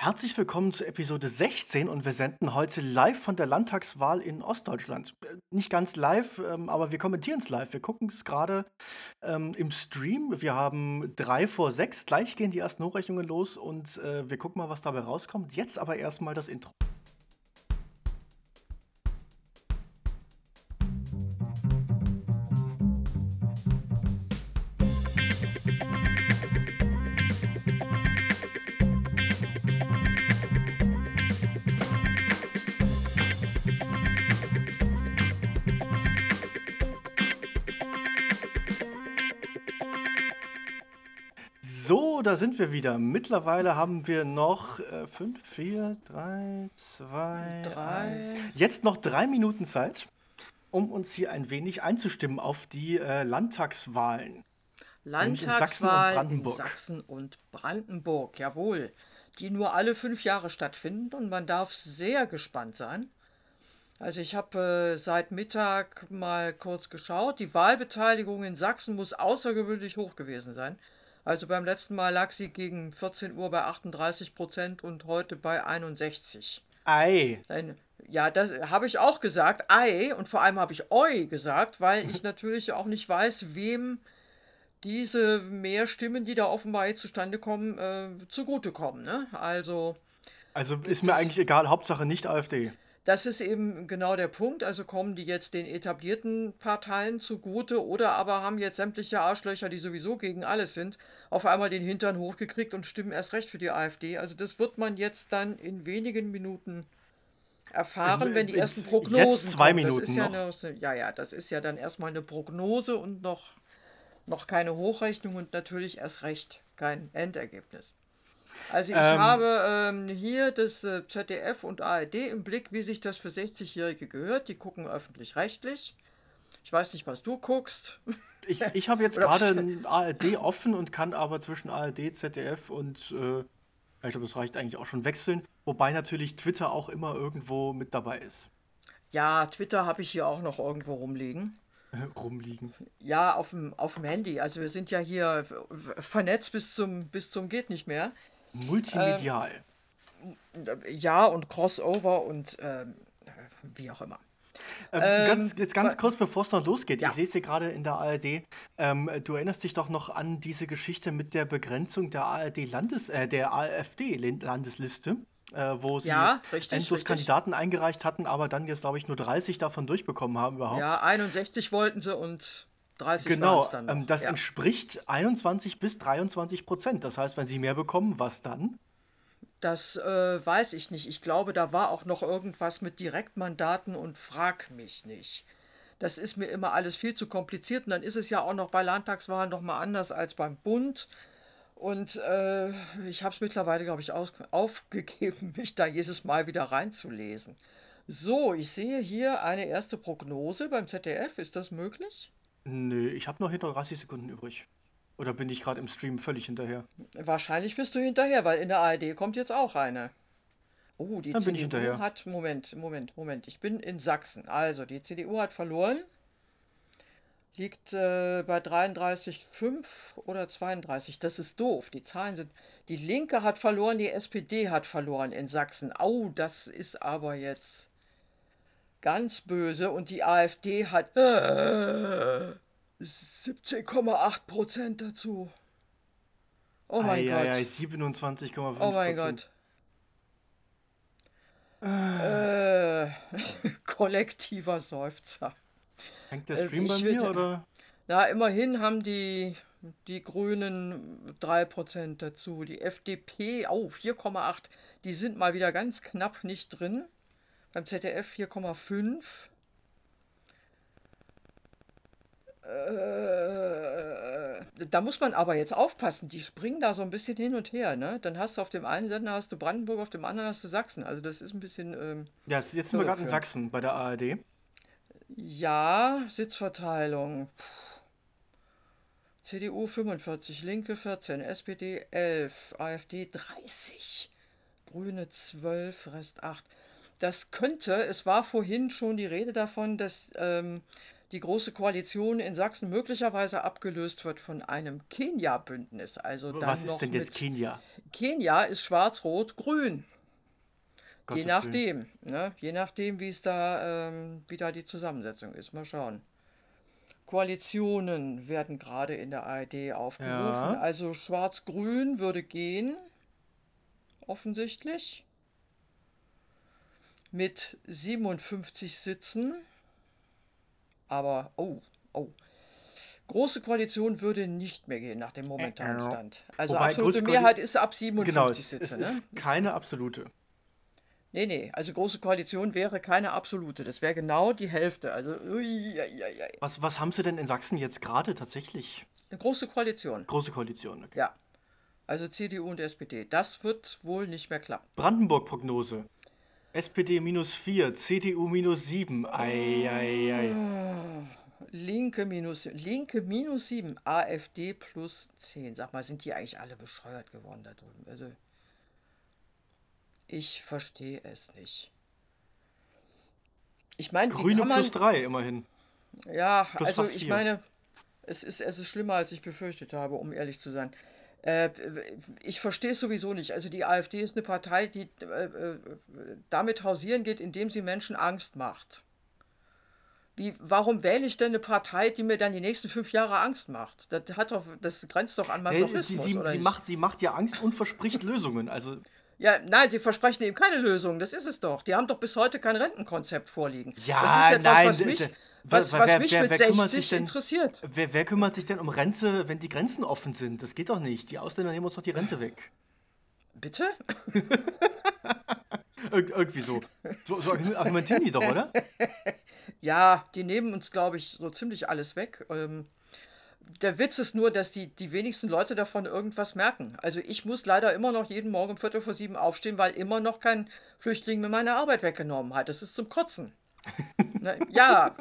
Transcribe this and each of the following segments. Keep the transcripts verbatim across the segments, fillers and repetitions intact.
Herzlich willkommen zu Episode sechzehn und wir senden heute live von der Landtagswahl in Ostdeutschland. Äh, Nicht ganz live, ähm, aber wir kommentieren es live. Wir gucken es gerade ähm, im Stream. Wir haben drei vor sechs. Gleich gehen die ersten Hochrechnungen los und äh, wir gucken mal, was dabei rauskommt. Jetzt aber erstmal das Intro. So, da sind wir wieder. Mittlerweile haben wir noch äh, fünf, vier, drei, zwei, eins. Drei. Jetzt noch drei Minuten Zeit, um uns hier ein wenig einzustimmen auf die äh, Landtagswahlen. Nämlich in Sachsen und Landtagswahl in Brandenburg. Sachsen und Brandenburg, jawohl. Die nur alle fünf Jahre stattfinden und man darf sehr gespannt sein. Also ich habe äh, seit Mittag mal kurz geschaut. Die Wahlbeteiligung in Sachsen muss außergewöhnlich hoch gewesen sein. Also beim letzten Mal lag sie gegen vierzehn Uhr bei achtunddreißig Prozent und heute bei einundsechzig. Ei. Ein, ja, das habe ich auch gesagt, ei, und vor allem habe ich oi gesagt, weil ich natürlich auch nicht weiß, wem diese mehr Stimmen, die da offenbar jetzt zustande kommen, äh, zugutekommen. Ne? Also Also ist gibt mir es, eigentlich egal, Hauptsache nicht AfD. das ist eben genau der Punkt. Also kommen die jetzt den etablierten Parteien zugute oder aber haben jetzt sämtliche Arschlöcher, die sowieso gegen alles sind, auf einmal den Hintern hochgekriegt und stimmen erst recht für die AfD. Also das wird man jetzt dann in wenigen Minuten Ähm, erfahren, äh, wenn die ersten Jetzt, jetzt Prognosen zwei kommen. Das Minuten ist ja noch. eine, ja, ja, das ist ja dann erstmal eine Prognose und noch, noch keine Hochrechnung und natürlich erst recht kein Endergebnis. Also ich Ähm, habe ähm, hier das äh, Z D F und A R D im Blick, wie sich das für sechzig-Jährige gehört. Die gucken öffentlich-rechtlich. Ich weiß nicht, was du guckst. ich ich habe jetzt Oder gerade was? ein A R D offen und kann aber zwischen A R D, Z D F und, äh, ja, ich glaube, das reicht eigentlich auch schon wechseln. Wobei natürlich Twitter auch immer irgendwo mit dabei ist. Ja, Twitter habe ich hier auch noch irgendwo rumliegen. Rumliegen. Ja, auf dem, auf dem Handy. Also wir sind ja hier vernetzt bis zum, bis zum geht nicht mehr. Ähm, Multimedial. ja, und Crossover und ähm, wie auch immer. Ähm, ganz, Ähm, jetzt wa- ganz kurz, bevor es noch losgeht. Ich ja, sehe es hier gerade in der A R D. Ähm, du erinnerst dich doch noch an diese Geschichte mit der Begrenzung der A R D-Landes, äh, der AfD-Landesliste, äh, wo sie ja, richtig, endlos richtig. Kandidaten eingereicht hatten, aber dann jetzt, glaube ich, nur dreißig davon durchbekommen haben Ja, überhaupt. einundsechzig wollten sie und dreißig waren es Genau, dann ähm, noch. das Ja. entspricht einundzwanzig bis dreiundzwanzig Prozent. Das heißt, wenn sie mehr bekommen, was dann? Das äh, weiß ich nicht. Ich glaube, da war auch noch irgendwas mit Direktmandaten und frag mich nicht. Das ist mir immer alles viel zu kompliziert und dann ist es ja auch noch bei Landtagswahlen noch mal anders als beim Bund. Und äh, ich habe es mittlerweile, glaube ich, aus, aufgegeben, mich da jedes Mal wieder reinzulesen. So, ich sehe hier eine erste Prognose beim Z D F. Ist das möglich? Nö, ich habe noch hundertdreißig Sekunden übrig. Oder bin ich gerade im Stream völlig hinterher? Wahrscheinlich bist du hinterher, weil in der A R D kommt jetzt auch eine. Oh, die Dann bin ich C D U hinterher. hat, Moment, Moment, Moment, ich bin in Sachsen. Also, die C D U hat verloren, liegt äh, bei dreiunddreißig Komma fünf oder zweiunddreißig. Das ist doof, die Zahlen sind. Die Linke hat verloren, die S P D hat verloren in Sachsen. Au, das ist aber jetzt ganz böse. Und die AfD hat äh, siebzehn Komma acht Prozent dazu. Oh mein Eieiei, Gott, oh siebenundzwanzig Komma fünf mein Prozent. Gott. Äh, kollektiver Seufzer. Hängt der Äh, Stream bei ich mir würde, oder? na, immerhin haben die, die Grünen drei Prozent dazu. Die F D P, oh, vier Komma acht. Die sind mal wieder ganz knapp nicht drin. Beim Z D F vier Komma fünf. Äh, da muss man aber jetzt aufpassen. Die springen da so ein bisschen hin und her, ne? Dann hast du auf dem einen Sender hast du Brandenburg, auf dem anderen hast du Sachsen. Also das ist ein bisschen ähm, Ja, jetzt jetzt sind wir gerade in irreführend. Sachsen bei der A R D. Ja, Sitzverteilung. C D U fünfundvierzig, Linke vierzehn, S P D elf, AfD dreißig, Grüne zwölf, Rest acht. Das könnte, es war vorhin schon die Rede davon, dass ähm, die Große Koalition in Sachsen möglicherweise abgelöst wird von einem Kenia-Bündnis. Also dann Was ist noch denn jetzt mit Kenia? Kenia ist schwarz-rot-grün. Je Gottes Willen. nachdem, ne? Je nachdem, wie es da, ähm, wie da die Zusammensetzung ist. Mal schauen. Koalitionen werden gerade in der A R D aufgerufen. Ja. Also schwarz-grün würde gehen, offensichtlich. Mit siebenundfünfzig Sitzen. Aber, oh, oh. Große Koalition würde nicht mehr gehen nach dem momentanen Stand. Also Wobei absolute Große Koali- Mehrheit ist ab Genau, siebenundfünfzig es, es Sitze, ne? ist keine absolute. Nee, nee, also große Koalition wäre keine absolute. Das wäre genau die Hälfte. Also, ui, ui, ui, ui. Was, was haben sie denn in Sachsen jetzt gerade tatsächlich? Eine große Koalition. Große Koalition, okay. Ja. Also C D U und S P D. Das wird wohl nicht mehr klappen. Brandenburg-Prognose. S P D minus vier, C D U minus sieben. Ei, ei, ei. Linke minus, Linke minus sieben, AfD plus zehn. Sag mal, sind die eigentlich alle bescheuert geworden da drüben? Also, ich verstehe es nicht. Ich meine, wie Grüne kann man... plus drei immerhin. Ja, Plus also fast ich vier. meine, es ist, es ist schlimmer, als ich befürchtet habe, um ehrlich zu sein. Äh, ich verstehe es sowieso nicht. Also die AfD ist eine Partei, die äh, äh, damit hausieren geht, indem sie Menschen Angst macht. Wie, warum wähle ich denn eine Partei, die mir dann die nächsten fünf Jahre Angst macht? Das hat doch, das grenzt doch an Hey, sie, Masochismus, sie, oder sie, nicht? macht, sie macht ja Angst und verspricht Lösungen. Also, Ja, nein, sie versprechen eben keine Lösung. Das ist es doch. Die haben doch bis heute kein Rentenkonzept vorliegen. ja, das ist etwas, nein. was d- mich, d- was, wer, was wer, mich wer, mit wer kümmert sich sechzig denn, interessiert. wer, wer kümmert sich denn um Rente, wenn die Grenzen offen sind? Das geht doch nicht. Die Ausländer nehmen uns doch die Rente weg. Bitte? Ir irgendwie so. So, so argumentieren die doch, oder? Ja, die nehmen uns, glaube ich, so ziemlich alles weg. Ähm, der Witz ist nur, dass die, die wenigsten Leute davon irgendwas merken. Also ich muss leider immer noch jeden Morgen um Viertel vor sieben aufstehen, weil immer noch kein Flüchtling mir meine Arbeit weggenommen hat. Das ist zum Kotzen. Ne? Ja.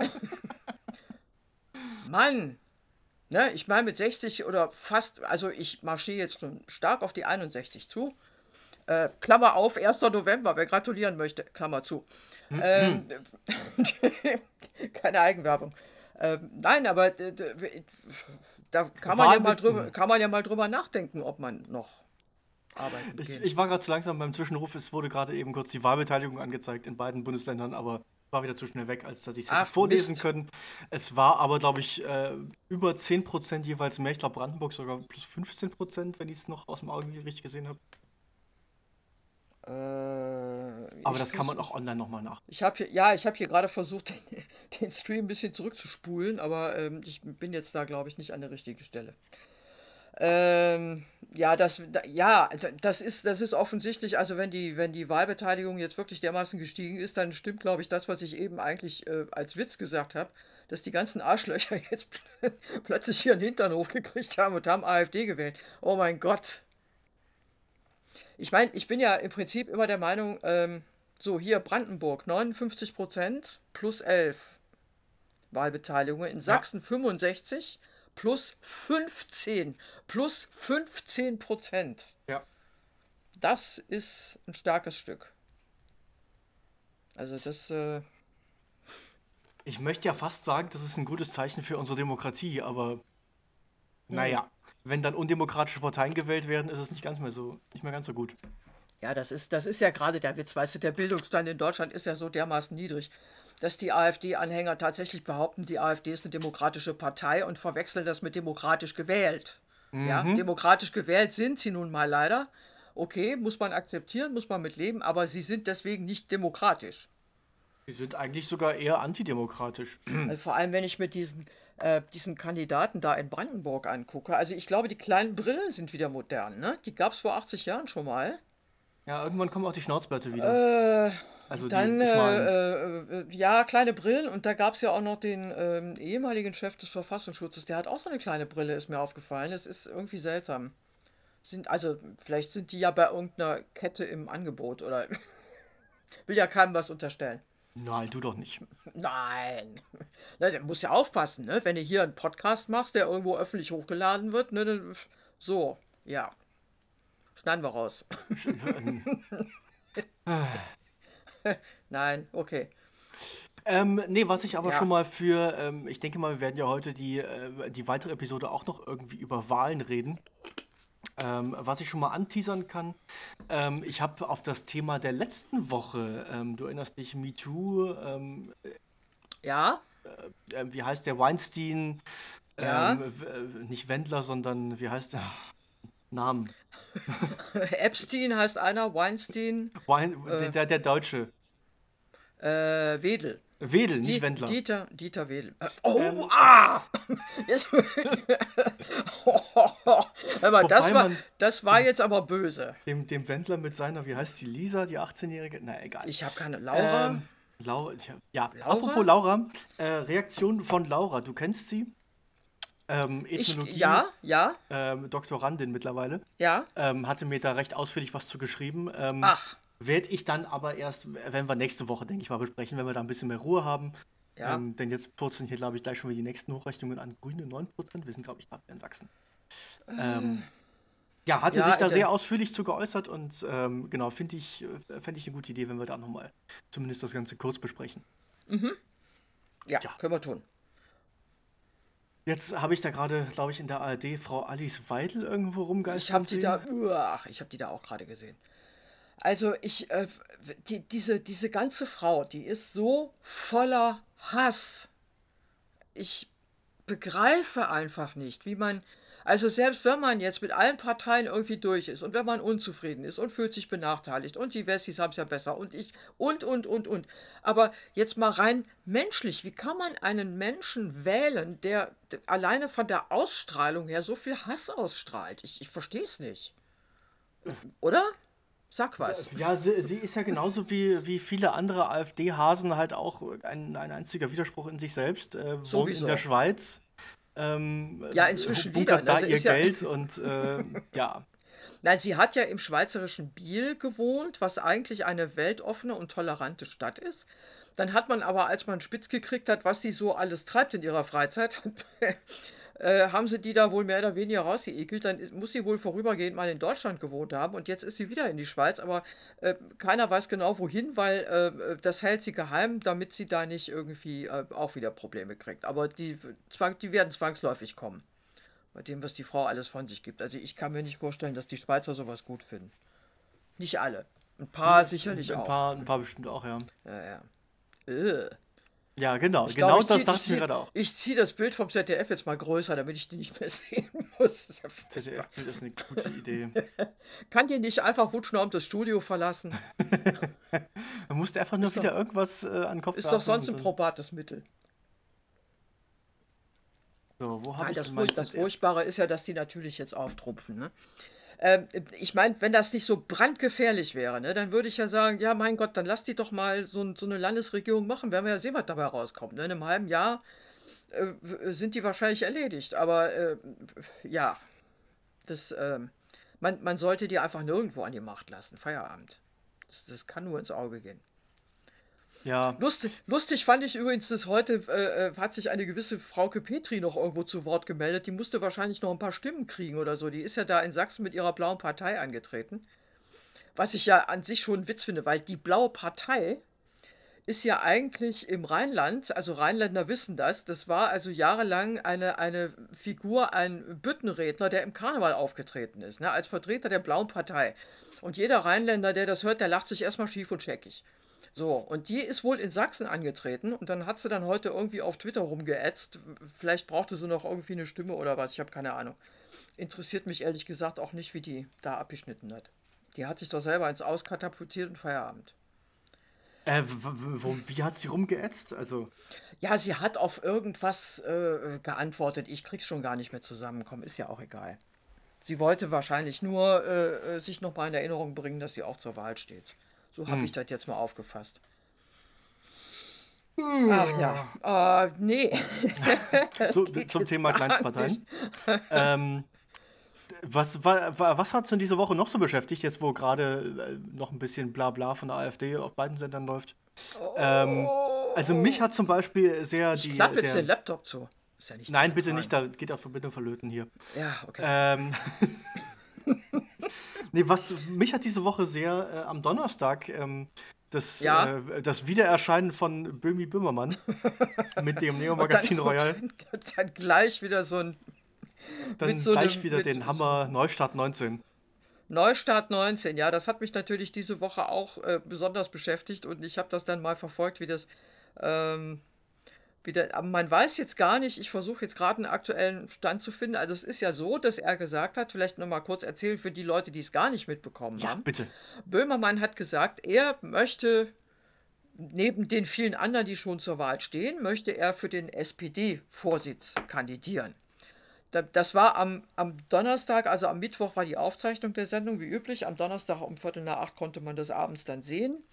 Mann. Ne? Ich meine mit sechzig oder fast, also ich marschiere jetzt schon stark auf die einundsechzig zu. Äh, Klammer auf, erster November, wer gratulieren möchte, Klammer zu. Ähm, keine Eigenwerbung. Ähm, nein, aber äh, d- da kann man, ja mal drüber, Wahl- kann man ja mal drüber nachdenken, ob man noch arbeiten Ich, geht. ich war gerade zu langsam beim Zwischenruf. Es wurde gerade eben kurz die Wahlbeteiligung angezeigt in beiden Bundesländern, aber war wieder zu schnell weg, als dass ich es hätte Ach, vorlesen Mist. können. Es war aber, glaube ich, äh, über zehn Prozent jeweils mehr. Ich glaube, Brandenburg sogar plus fünfzehn Prozent, wenn ich es noch aus dem Auge richtig gesehen habe. Äh, Aber ich das kann man vers- auch online nochmal nach. Ich habe hier, ja, ich habe hier gerade versucht, den, den Stream ein bisschen zurückzuspulen, aber ähm, ich bin jetzt da, glaube ich, nicht an der richtigen Stelle. Ähm, ja, das, da- ja, d- das ist, das ist offensichtlich, also wenn die, wenn die Wahlbeteiligung jetzt wirklich dermaßen gestiegen ist, dann stimmt, glaube ich, das, was ich eben eigentlich äh, als Witz gesagt habe, dass die ganzen Arschlöcher jetzt pl plötzlich ihren Hintern hochgekriegt haben und haben AfD gewählt. Oh mein Gott. Ich meine, ich bin ja im Prinzip immer der Meinung, ähm, so hier Brandenburg neunundfünfzig Prozent plus elf Wahlbeteiligung, in Ja, Sachsen fünfundsechzig plus fünfzehn, plus fünfzehn Prozent. ja. Das ist ein starkes Stück. Also das, äh, Ich möchte ja fast sagen, das ist ein gutes Zeichen für unsere Demokratie, aber naja, wenn dann undemokratische Parteien gewählt werden, ist es nicht ganz mehr so, nicht mehr ganz so gut. ja, das ist, das ist ja gerade der Witz, weißt du, der Bildungsstand in Deutschland ist ja so dermaßen niedrig, dass die AfD-Anhänger tatsächlich behaupten, die AfD ist eine demokratische Partei und verwechseln das mit demokratisch gewählt. Ja, Mhm. demokratisch gewählt sind sie nun mal leider. Okay, muss man akzeptieren, muss man mit leben, aber sie sind deswegen nicht demokratisch. Die sind eigentlich sogar eher antidemokratisch. Also vor allem, wenn ich mir diesen, äh, diesen Kandidaten da in Brandenburg angucke. Also ich glaube, die kleinen Brillen sind wieder modern, ne? Die gab es vor achtzig Jahren schon mal. Ja, irgendwann kommen auch die Schnauzbärte wieder. Äh, Also dann, die schmalen. äh, äh, äh, ja, kleine Brillen. Und da gab es ja auch noch den ähm, ehemaligen Chef des Verfassungsschutzes. Der hat auch so eine kleine Brille, ist mir aufgefallen. Das ist irgendwie seltsam. Sind, also, vielleicht sind die ja bei irgendeiner Kette im Angebot oder will ja keinem was unterstellen. Nein, du doch nicht. Nein. Na, der muss ja aufpassen, ne? Wenn du hier einen Podcast machst, der irgendwo öffentlich hochgeladen wird, ne? Dann, so, ja. Schneiden wir raus. Sch- ähm, Nein, okay. Ähm, ne, was ich aber schon Ja, mal für, ähm, ich denke mal, wir werden ja heute die, äh, die weitere Episode auch noch irgendwie über Wahlen reden. Ähm, was ich schon mal anteasern kann, ähm, ich habe auf das Thema der letzten Woche, ähm, du erinnerst dich, MeToo, ähm, ja, äh, wie heißt der, Weinstein, ähm, ja. w- äh, nicht Wendler, sondern wie heißt der? Namen. Epstein heißt einer, Weinstein, Wein, der, äh, der, der Deutsche. äh, Wedel. Wedel, nicht Die, Wendler. Dieter, Dieter Wedel. Äh, oh, Ähm, ah! Jetzt, hör mal, das wobei war, man das war jetzt aber böse. dem, dem Wendler mit seiner, wie heißt die, Lisa, die achtzehnjährige? Na, egal. Ich habe keine Laura. Ähm, Laura, ich, hab- ja, apropos Laura? Laura, äh, Reaktion von Laura, du kennst sie, ähm, Ich, Ethnologie, ja, ja, ähm, Doktorandin mittlerweile, ja. ähm, hatte mir da recht ausführlich was zu geschrieben. Ähm, Ach, werde ich dann aber erst, wenn wir nächste Woche, denke ich mal, besprechen, wenn wir da ein bisschen mehr Ruhe haben. ja. Ähm, denn jetzt purzeln hier, glaube ich, gleich schon wieder die nächsten Hochrechnungen an. Grüne neun Prozent, wir sind, glaube ich, gerade in Sachsen. Ähm, ja, hatte sich Ja, da der, sehr ausführlich zu geäußert und ähm, genau, finde ich, äh, fände ich eine gute Idee, wenn wir da nochmal zumindest das Ganze kurz besprechen. ja, Ja, können wir tun. jetzt habe ich da gerade, glaube ich, in der A R D Frau Alice Weidel irgendwo Ich habe rumgeistern die da, sehen. uah, ich habe die da auch gerade gesehen. Also ich, äh, die, diese, diese ganze Frau, die ist so voller Hass. Ich begreife einfach nicht, wie man, also selbst wenn man jetzt mit allen Parteien irgendwie durch ist und wenn man unzufrieden ist und fühlt sich benachteiligt und die Wessis haben es ja besser und ich und, und, und, und. Aber jetzt mal rein menschlich, wie kann man einen Menschen wählen, der d- alleine von der Ausstrahlung her so viel Hass ausstrahlt? Ich, ich verstehe es nicht. Oder? Sag was. Ja, sie, sie ist ja genauso wie, wie viele andere AfD-Hasen halt auch ein, ein einziger Widerspruch in sich selbst, äh, wohnt in der Sowieso. Schweiz, ähm, Ja, äh, inzwischen wieder. bunkert Ne? da Sie ihr ist ja, Geld und äh, ja, nein, sie hat ja im schweizerischen Biel gewohnt, was eigentlich eine weltoffene und tolerante Stadt ist. Dann hat man aber, als man spitz gekriegt hat, was sie so alles treibt in ihrer Freizeit, äh, haben sie die da wohl mehr oder weniger rausgeekelt. Dann ist- muss sie wohl vorübergehend mal in Deutschland gewohnt haben und jetzt ist sie wieder in die Schweiz, aber äh, keiner weiß genau wohin, weil äh, das hält sie geheim, damit sie da nicht irgendwie äh, auch wieder Probleme kriegt. Aber die, zwang, die werden zwangsläufig kommen. Bei dem, was die Frau alles von sich gibt. Also ich kann mir nicht vorstellen, dass die Schweizer sowas gut finden. Nicht alle. Ein paar sicherlich ein auch. paar, ein paar bestimmt auch, ja. Ja, ja. Äh. Ja, genau, Ich glaube, genau ich das ziehe dachte ich ich mir zieh, gerade auch. ich zieh das Bild vom Z D F jetzt mal größer, damit ich die nicht mehr sehen muss. Das ist ja furchtbar. Z D F-Bild ist eine gute Idee. Kann die nicht einfach wutschnaubend das Studio verlassen? Man musste einfach nur Ist doch, wieder irgendwas äh, an den Kopf ist doch werfen sonst und ein dann. probates Mittel. So, wo habe Nein, ich das, denn mein Furch das Z D F? Furchtbare ist ja, dass die natürlich jetzt auftrumpfen. Ne? Ähm, ich meine, wenn das nicht so brandgefährlich wäre, ne, dann würde ich ja sagen, ja, mein Gott, dann lass die doch mal so, ein- so eine Landesregierung machen. Werden wir ja sehen, was dabei rauskommt. Ne? In einem halben Jahr äh, sind die wahrscheinlich erledigt. Aber äh, ja, das, ähm, man, man sollte die einfach nirgendwo an die Macht lassen. Feierabend. Das, das kann nur ins Auge gehen. Ja, Lustig, lustig fand ich übrigens, dass heute äh, äh, hat sich eine gewisse Frauke Petri noch irgendwo zu Wort gemeldet. Die musste wahrscheinlich noch ein paar Stimmen kriegen oder so. Die ist ja da in Sachsen mit ihrer blauen Partei angetreten. Was ich ja an sich schon einen Witz finde, weil die blaue Partei ist ja eigentlich im Rheinland, also Rheinländer wissen das, das war also jahrelang eine, eine Figur, ein Büttenredner, der im Karneval aufgetreten ist, ne, als Vertreter der blauen Partei. Und jeder Rheinländer, der das hört, der lacht sich erstmal schief und scheckig. So, und die ist wohl in Sachsen angetreten und dann hat sie dann heute irgendwie auf Twitter rumgeätzt. Vielleicht brauchte sie noch irgendwie eine Stimme oder was, ich habe keine Ahnung. Interessiert mich ehrlich gesagt auch nicht, wie die da abgeschnitten hat. Die hat sich doch selber ins Auskatapultiert und Feierabend. äh, w- w- wo, wie hat sie rumgeätzt? Also, Ja, sie hat auf irgendwas äh, geantwortet. Ich krieg's schon gar nicht mehr zusammenkommen. Ist ja auch egal. Sie wollte wahrscheinlich nur äh, äh, sich noch mal in Erinnerung bringen, dass sie auch zur Wahl steht. So habe ich das jetzt mal aufgefasst. Ach ja, äh, nee, das so, geht zum jetzt Thema gar nicht. Kleinstparteien. Ähm, was, wa, wa, was hat es denn diese Woche noch so beschäftigt, jetzt wo gerade äh, noch ein bisschen Blabla von der AfD auf beiden Sendern läuft? Ähm, also mich hat zum Beispiel sehr Ich die, klappe jetzt den der, Laptop zu. Ist ja nicht zu nein, bitte nicht, ertragen. da geht auf Verbindung verlöten hier. Ja, okay. Ähm, nee, was mich hat diese Woche sehr äh, am Donnerstag ähm, Das, Ja, äh, das Wiedererscheinen von Böhmi Böhmermann mit dem und dann, Neo-Magazin und Royal. dann, dann gleich wieder so ein, mit Dann so gleich einem, wieder mit den Hammer Neustart neunzehn. Neustart neunzehn. Ja, das hat mich natürlich diese Woche auch äh, besonders beschäftigt und ich habe das dann mal verfolgt, wie das, ähm, wie der, aber man weiß jetzt gar nicht, ich versuche jetzt gerade einen aktuellen Stand zu finden. Also es ist ja so, dass er gesagt hat, vielleicht noch mal kurz erzählen für die Leute, die es gar nicht mitbekommen Ja, haben. bitte. Böhmermann hat gesagt, er möchte neben den vielen anderen, die schon zur Wahl stehen, möchte er für den S P D-Vorsitz kandidieren. Da- Das war am, am Donnerstag, also am Mittwoch war die Aufzeichnung der Sendung, wie üblich. Am Donnerstag um Viertel nach acht konnte man das abends dann sehen.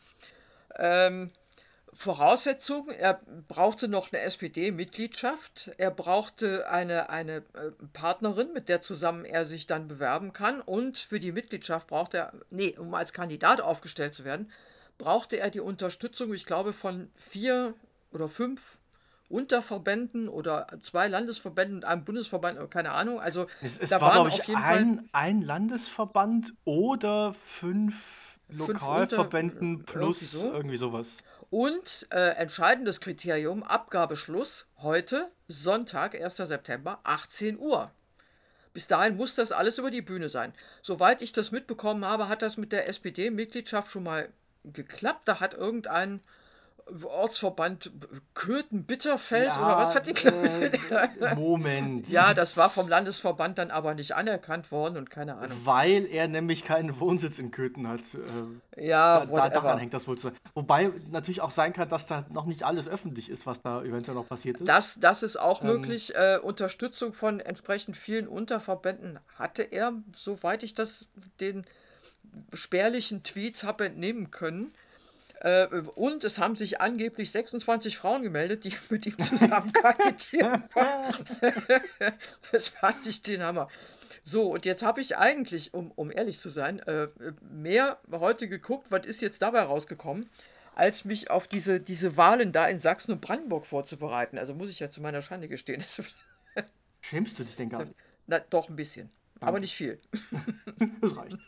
Ähm, Voraussetzung, er brauchte noch eine S P D-Mitgliedschaft, er brauchte eine, eine äh, Partnerin, mit der zusammen er sich dann bewerben kann und für die Mitgliedschaft brauchte er, nee, um als Kandidat aufgestellt zu werden, brauchte er die Unterstützung, ich glaube, von vier oder fünf Unterverbänden oder zwei Landesverbänden und einem Bundesverband, keine Ahnung. Also Es, es da war, waren glaube auf ich, jeden Fall ein, ein Landesverband oder fünf fünf Unter, Lokalverbänden irgendwie plus so. irgendwie sowas. Und äh, entscheidendes Kriterium, Abgabeschluss heute, Sonntag, erster September, achtzehn Uhr. Bis dahin muss das alles über die Bühne sein. Soweit ich das mitbekommen habe, hat das mit der S P D-Mitgliedschaft schon mal geklappt. Da hat irgendein Ortsverband Köthen-Bitterfeld oder was Ja, hat die? äh, Moment. Ja, das war vom Landesverband dann aber nicht anerkannt worden und keine Ahnung. Weil er nämlich keinen Wohnsitz in Köthen hat. Äh, da, Ja, da, daran whatever. hängt das wohl zu. Wobei natürlich auch sein kann, dass da noch nicht alles öffentlich ist, was da eventuell noch passiert ist. Das, das ist auch Ähm, möglich. Äh, Unterstützung von entsprechend vielen Unterverbänden hatte er, soweit ich das den spärlichen Tweets habe entnehmen können. Äh, und es haben sich angeblich sechsundzwanzig Frauen gemeldet, die mit ihm zusammen kandidieren wollen. Das fand ich den Hammer. So, und jetzt habe ich eigentlich, um, um ehrlich zu sein, äh, mehr heute geguckt, was ist jetzt dabei rausgekommen, als mich auf diese, diese Wahlen da in Sachsen und Brandenburg vorzubereiten. Also muss ich ja zu meiner Schande gestehen. schämst du dich denn gar nicht? Na, doch ein bisschen, aber Danke. nicht viel. Das reicht.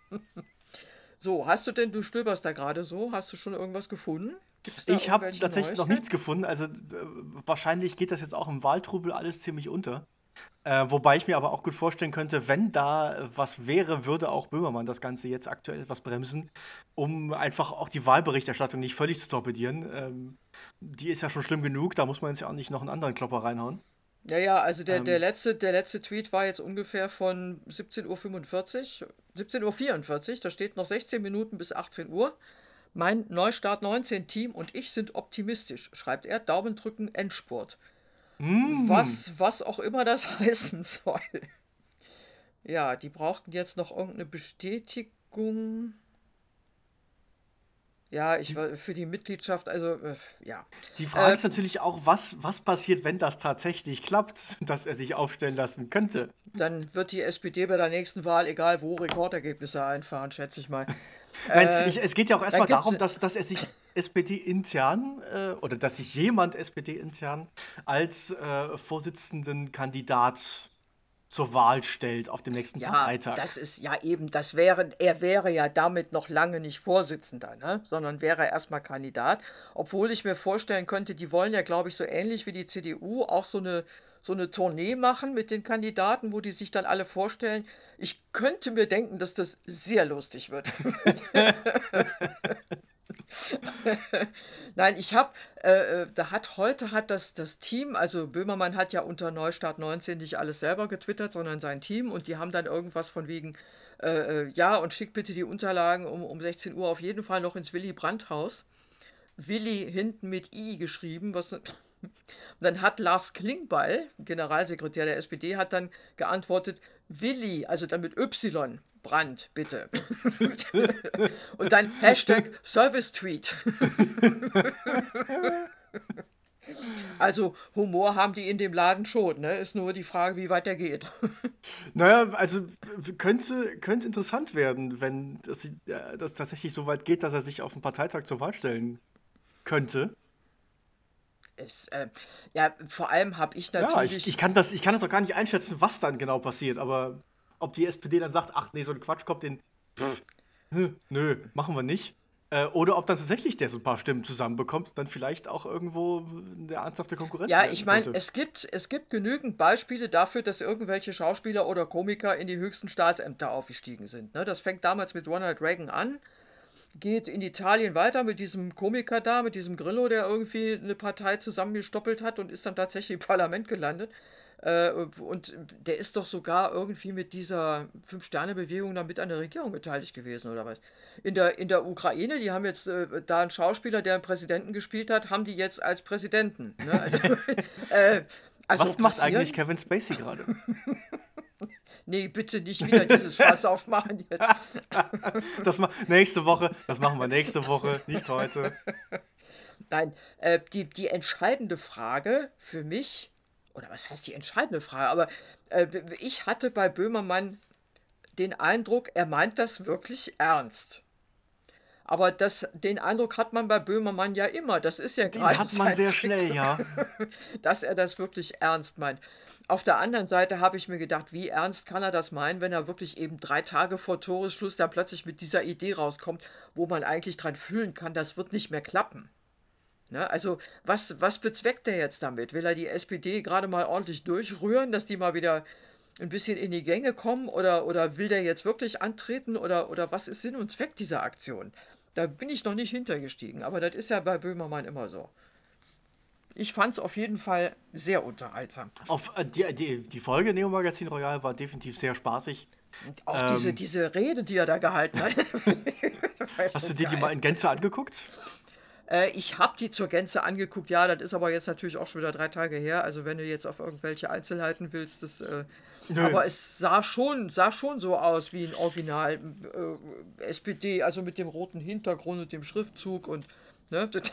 So, hast du denn, du stöberst da gerade so, hast du schon irgendwas gefunden? Gibt es da Ich habe irgendwelche tatsächlich noch Neuigkeiten? nichts gefunden. Also äh, wahrscheinlich geht das jetzt auch im Wahltrubel alles ziemlich unter. Äh, wobei ich mir aber auch gut vorstellen könnte, wenn da äh, was wäre, würde auch Böhmermann das Ganze jetzt aktuell etwas bremsen, um einfach auch die Wahlberichterstattung nicht völlig zu torpedieren. Ähm, die ist ja schon schlimm genug, da muss man jetzt ja auch nicht noch einen anderen Klopper reinhauen. Ja, ja, also der, der Ähm, letzte, der letzte Tweet war jetzt ungefähr von siebzehn Uhr fünfundvierzig, siebzehn Uhr vierundvierzig, da steht noch sechzehn Minuten bis achtzehn Uhr. Mein Neustart neunzehn Team und ich sind optimistisch, schreibt er, Daumen drücken, Endspurt. mm, Was, was auch immer das heißen soll. Ja, die brauchten jetzt noch irgendeine Bestätigung. Ja, ich die, war für die Mitgliedschaft, also äh, ja. die Frage Äh, ist natürlich auch, was, was passiert, wenn das tatsächlich klappt, dass er sich aufstellen lassen könnte. Dann wird die S P D bei der nächsten Wahl, egal wo, Rekordergebnisse einfahren, schätze ich mal. Nein, Äh, ich, es geht ja auch dann erstmal gibt's, darum, dass, dass er sich S P D-intern äh, oder dass sich jemand S P D-intern als äh, Vorsitzendenkandidat zur Wahl stellt auf dem nächsten ja, Parteitag. das ist ja eben, das wäre, er wäre ja damit noch lange nicht Vorsitzender, ne? Sondern wäre erstmal Kandidat. Obwohl ich mir vorstellen könnte, die wollen ja, glaube ich, so ähnlich wie die C D U auch so eine, so eine Tournee machen mit den Kandidaten, wo die sich dann alle vorstellen. Ich könnte mir denken, dass das sehr lustig wird. Nein, ich habe, äh, äh, da hat heute hat das, das Team, also Böhmermann hat ja unter Neustart neunzehn nicht alles selber getwittert, sondern sein Team und die haben dann irgendwas von wegen, äh, äh, ja, und schickt bitte die Unterlagen um, um sechzehn Uhr auf jeden Fall noch ins Willy Brandt-Haus. Willi hinten mit I geschrieben, was dann hat Lars Klingbeil, Generalsekretär der S P D, hat dann geantwortet, Willi, also dann mit Y, Brandt, bitte. Und dann Hashtag Service-Tweet. Also Humor haben die in dem Laden schon, ne? Ist nur die Frage, wie weit der geht. Naja, also w- könnte, könnte interessant werden, wenn das, äh, das tatsächlich so weit geht, dass er sich auf den Parteitag zur Wahl stellen könnte. Es, äh, ja, vor allem habe ich Ja, ich, ich, natürlich, kann das, ich kann das auch gar nicht einschätzen, was dann genau passiert, aber ob die S P D dann sagt, ach nee, so ein Quatsch kommt, den, pff, hm, nö, machen wir nicht. Äh, oder ob dann tatsächlich der so ein paar Stimmen zusammenbekommt und dann vielleicht auch irgendwo eine ernsthafte Konkurrenz Ja, werden ich meine, könnte. es gibt, es gibt genügend Beispiele dafür, dass irgendwelche Schauspieler oder Komiker in die höchsten Staatsämter aufgestiegen sind. Ne? Das fängt damals mit Ronald Reagan an, geht in Italien weiter mit diesem Komiker da, mit diesem Grillo, der irgendwie eine Partei zusammengestoppelt hat und ist dann tatsächlich im Parlament gelandet. Äh, und der ist doch sogar irgendwie mit dieser Fünf-Sterne-Bewegung da mit an der Regierung beteiligt gewesen, oder was? In der, in der Ukraine, die haben jetzt äh, da einen Schauspieler, der einen Präsidenten gespielt hat, haben die jetzt als Präsidenten. Ne? Also, äh, also Was macht eigentlich passieren? Kevin Spacey gerade? Nee, bitte nicht wieder dieses Fass aufmachen jetzt. Das ma nächste Woche, das machen wir nächste Woche, nicht heute. Nein, äh, die, die entscheidende Frage für mich, oder was heißt die entscheidende Frage, aber äh, ich hatte bei Böhmermann den Eindruck, er meint das wirklich ernst. Aber das, den Eindruck hat man bei Böhmermann ja immer. Das ist ja Den gerade hat man sein sehr Trick, schnell, ja. dass er das wirklich ernst meint. Auf der anderen Seite habe ich mir gedacht, wie ernst kann er das meinen, wenn er wirklich eben drei Tage vor Toresschluss dann plötzlich mit dieser Idee rauskommt, wo man eigentlich dran fühlen kann, das wird nicht mehr klappen. Ne? Also was, was bezweckt er jetzt damit? Will er die S P D gerade mal ordentlich durchrühren, dass die mal wieder ein bisschen in die Gänge kommen? Oder, oder will der jetzt wirklich antreten? Oder, oder was ist Sinn und Zweck dieser Aktion? Da bin ich noch nicht hintergestiegen, aber das ist ja bei Böhmermann immer so. Ich fand es auf jeden Fall sehr unterhaltsam. Auf, äh, die, die, die Folge Neo Magazin Royal war definitiv sehr spaßig. Und auch diese, Ähm, diese Rede, die er da gehalten hat, war hast du schon dir die mal geil. in Gänze angeguckt? Äh, ich habe die zur Gänze angeguckt, ja, das ist aber jetzt natürlich auch schon wieder drei Tage her. Also wenn du jetzt auf irgendwelche Einzelheiten willst, das, äh, Nö. aber es sah schon, sah schon so aus wie ein Original äh, S P D, also mit dem roten Hintergrund und dem Schriftzug und ne, das,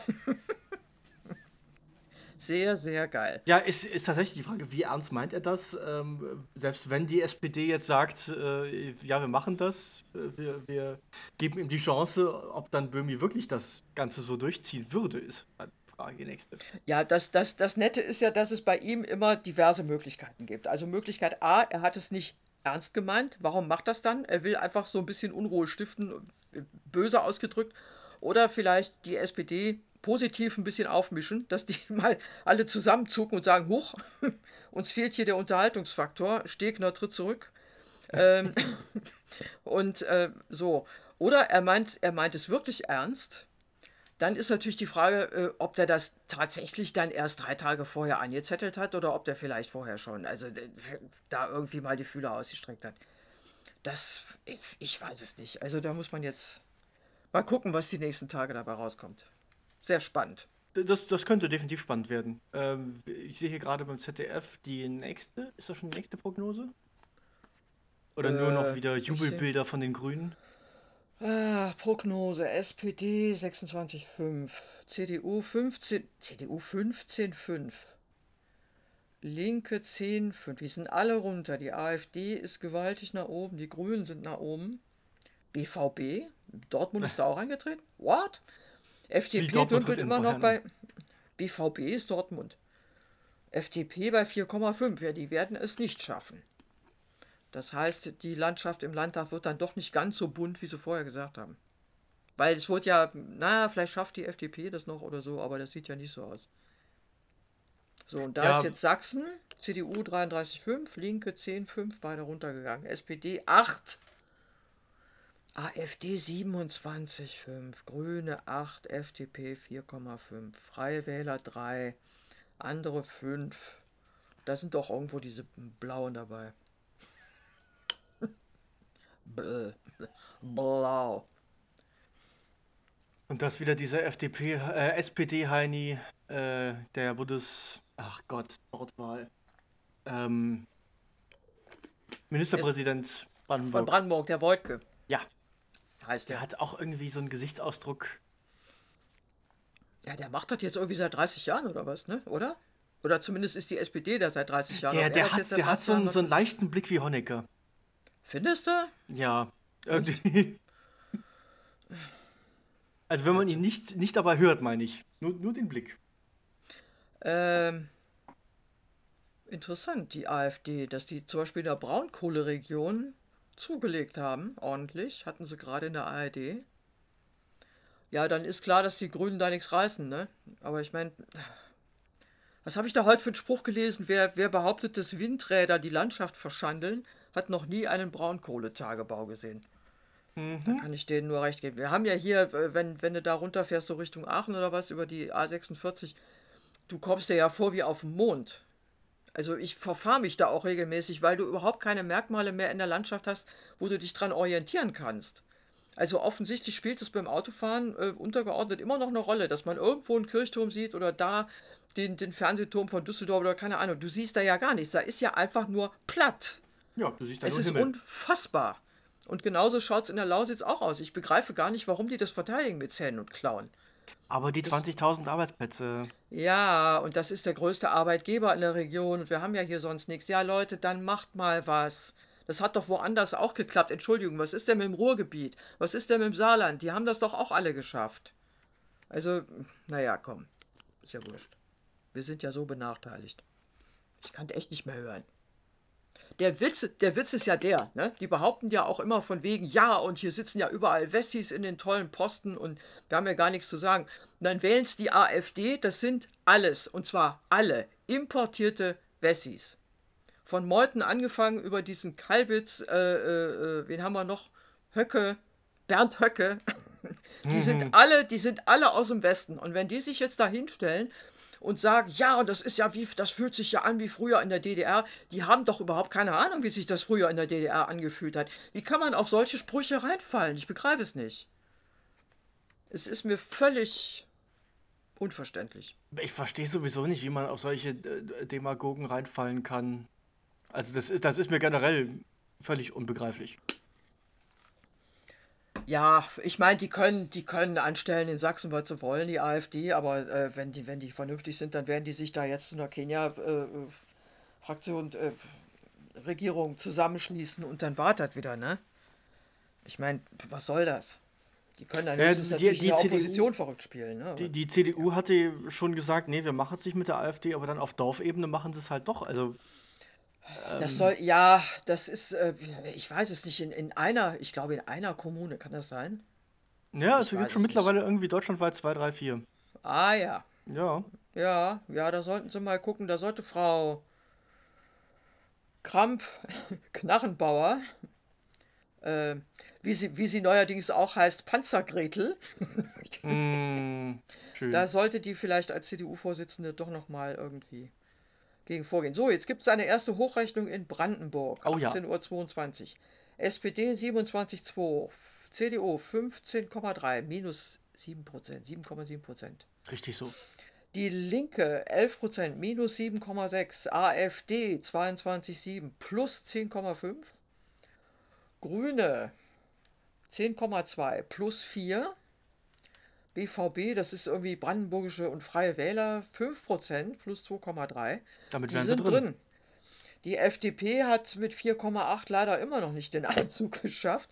sehr, sehr geil. Ja, ist, ist tatsächlich die Frage, wie ernst meint er das? Ähm, selbst wenn die S P D jetzt sagt, äh, ja, wir machen das, äh, wir, wir geben ihm die Chance, ob dann Böhmi wirklich das Ganze so durchziehen würde, ist halt die Frage, die nächste. Ja, das, das, das Nette ist ja, dass es bei ihm immer diverse Möglichkeiten gibt. Also Möglichkeit A, er hat es nicht ernst gemeint. Warum macht das dann? Er will einfach so ein bisschen Unruhe stiften, äh, böse ausgedrückt. Oder vielleicht die S P D positiv ein bisschen aufmischen, dass die mal alle zusammenzucken und sagen, huch, uns fehlt hier der Unterhaltungsfaktor, Stegner tritt zurück. Ähm, und äh, so. Oder er meint, er meint es wirklich ernst. Dann ist natürlich die Frage, äh, ob der das tatsächlich dann erst drei Tage vorher angezettelt hat oder ob der vielleicht vorher schon, also d- da irgendwie mal die Fühler ausgestreckt hat. Das, ich, ich weiß es nicht. Also da muss man jetzt mal gucken, was die nächsten Tage dabei rauskommt. Sehr spannend. Das, das könnte definitiv spannend werden. Ähm, ich sehe hier gerade beim Z D F die nächste, ist das schon die nächste Prognose? Oder nur noch Äh, wieder ich sehe. Jubelbilder von den Grünen? Ah, Prognose, S P D sechsundzwanzig Komma fünf, C D U fünfzehn, C D U fünfzehn Komma fünf, Linke zehn Komma fünf, die sind alle runter, die AfD ist gewaltig nach oben, die Grünen sind nach oben, B V B, Dortmund ist da auch angetreten, what? Wie F D P Dortmund tritt dümpelt in immer noch Bayern an. bei, B V B ist Dortmund, F D P bei vier Komma fünf, ja, die werden es nicht schaffen. Das heißt, die Landschaft im Landtag wird dann doch nicht ganz so bunt, wie sie vorher gesagt haben. Weil es wurde ja, na, vielleicht schafft die F D P das noch oder so, aber das sieht ja nicht so aus. So, und da ist Ja, jetzt Sachsen, C D U dreiunddreißig Komma fünf, Linke zehn Komma fünf, beide runtergegangen. S P D acht, AfD siebenundzwanzig Komma fünf, Grüne acht, F D P vier Komma fünf, Freie Wähler drei, andere fünf. Da sind doch irgendwo diese Blauen dabei. Bläh. Blau. und das wieder dieser F D P, äh, S P D-Heini, äh, der Bundes... Ach Gott, Wortwahl. Ähm, Ist Ministerpräsident von Brandenburg. Brandenburg, der Wojtke Ja, heißt der der. hat auch irgendwie so einen Gesichtsausdruck. Ja, der macht das jetzt irgendwie seit dreißig Jahren oder was, ne? Oder? Oder zumindest ist die S P D da seit dreißig Jahren. Der, Ob er der das jetzt hat, seit der hat dreißig so Jahren einen, so macht. einen leichten Blick wie Honecker. Findest du? Ja, Echt? irgendwie. Also wenn man Gut. ihn nicht, nicht dabei hört, meine ich. Nur, nur den Blick. Ähm, interessant, die AfD, dass die zum Beispiel in der Braunkohleregion zugelegt haben, ordentlich, hatten sie gerade in der A R D. Ja, dann ist klar, dass die Grünen da nichts reißen, ne? Aber ich meine, was habe ich da heute für einen Spruch gelesen? Wer, wer behauptet, dass Windräder die Landschaft verschandeln, hat noch nie einen Braunkohletagebau gesehen. Da Mhm. kann ich denen nur recht geben. Wir haben ja hier, äh, wenn, wenn du da runterfährst, so Richtung Aachen oder was, über die A sechsundvierzig, du kommst dir ja vor wie auf dem Mond. Also ich verfahre mich da auch regelmäßig, weil du überhaupt keine Merkmale mehr in der Landschaft hast, wo du dich dran orientieren kannst. Also offensichtlich spielt es beim Autofahren äh, untergeordnet immer noch eine Rolle, dass man irgendwo einen Kirchturm sieht oder da den, den Fernsehturm von Düsseldorf oder keine Ahnung. Du siehst da ja gar nichts. Da ist ja einfach nur platt. Ja, du siehst da Es nur ist Himmel. unfassbar. Und genauso schaut es in der Lausitz auch aus. Ich begreife gar nicht, warum die das verteidigen mit Zähnen und Klauen. Aber die Das, zwanzigtausend Arbeitsplätze. ja, und das ist der größte Arbeitgeber in der Region und wir haben ja hier sonst nichts. Ja, Leute, dann macht mal was. Das hat doch woanders auch geklappt. Entschuldigung, was ist denn mit dem Ruhrgebiet? Was ist denn mit dem Saarland? Die haben das doch auch alle geschafft. Also, naja, komm. Ist ja wurscht. Wir sind ja so benachteiligt. Ich kann echt nicht mehr hören. Der Witz, der Witz ist ja der, ne? Die behaupten ja auch immer von wegen, ja, und hier sitzen ja überall Wessis in den tollen Posten und wir haben ja gar nichts zu sagen. Und dann wählen es die AfD, das sind alles, und zwar alle, importierte Wessis. Von Meuthen angefangen über diesen Kalbitz, äh, äh, äh, wen haben wir noch? Höcke, Bernd Höcke. Die sind Mhm. alle, die sind alle aus dem Westen. Und wenn die sich jetzt da hinstellen und sagen, ja, und das ist ja wie, das fühlt sich ja an wie früher in der D D R, die haben doch überhaupt keine Ahnung, wie sich das früher in der D D R angefühlt hat. Wie kann man auf solche Sprüche reinfallen? Ich begreife es nicht. Es ist mir völlig unverständlich. Ich verstehe sowieso nicht, wie man auf solche äh, Demagogen reinfallen kann. Also das ist, das ist mir generell völlig unbegreiflich. Ja, ich meine, die können, die können anstellen in Sachsen, was sie wollen, die AfD, aber äh, wenn die, wenn die vernünftig sind, dann werden die sich da jetzt zu einer Kenia-Fraktion, äh, äh, Regierung zusammenschließen und dann wartet wieder, ne? Ich meine, was soll das? Die können dann Ja, höchstens die, natürlich in die der C D U, Opposition verrückt spielen, ne? die, Aber die C D U hatte schon gesagt, nee, wir machen es nicht mit der AfD, aber dann auf Dorfebene machen sie es halt doch. Also, das ähm, soll, ja, das ist, äh, ich weiß es nicht, in, in einer, ich glaube in einer Kommune, kann das sein? ja, Ich es gibt weiß schon es nicht. mittlerweile irgendwie deutschlandweit zwei, drei, vier. Ah ja, Ja. ja, ja, da sollten sie mal gucken, da sollte Frau Kramp Knarrenbauer, äh, wie sie, wie sie neuerdings auch heißt, Panzergretel, Mm, da schön. sollte die vielleicht als C D U-Vorsitzende doch nochmal irgendwie gegen vorgehen. So, jetzt gibt es eine erste Hochrechnung in Brandenburg, Oh ja, achtzehn Uhr zweiundzwanzig. S P D siebenundzwanzig Komma zwei, C D U fünfzehn Komma drei, minus sieben Prozent, sieben Komma sieben Prozent. richtig so. Die Linke elf Prozent, minus sieben Komma sechs. AfD zweiundzwanzig Komma sieben, plus zehn Komma fünf. Grüne zehn Komma zwei, plus vier. B V B, das ist irgendwie Brandenburgische und Freie Wähler, fünf Prozent, plus zwei Komma drei. Damit Die wären sie sind drin. drin. Die F D P hat mit vier Komma acht leider immer noch nicht den Einzug geschafft.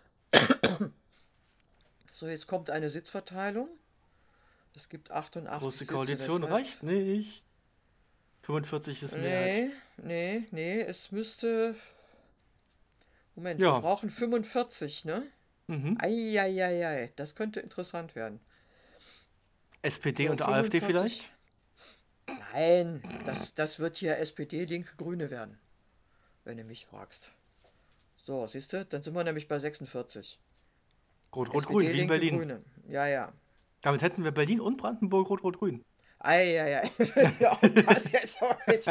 So, jetzt kommt eine Sitzverteilung. Es gibt achtundachtzig Große Sitze, das Koalition heißt, reicht nicht. fünfundvierzig ist Mehrheit. nee, nee, nee, es müsste, Moment, wir Ja. brauchen fünfundvierzig, ne? Mhm. Eieiei, das könnte interessant werden. S P D So, und AfD fünfundvierzig. vielleicht? Nein, das, das wird hier S P D, Linke, Grüne werden, wenn du mich fragst. So, siehst du, dann sind wir nämlich bei sechsundvierzig. Rot-Rot-Grün, S P D, wie in Linke, Berlin. Grüne. Ja, ja. Damit hätten wir Berlin und Brandenburg Rot-Rot-Grün. Eieiei. Ja, und das jetzt auch nicht.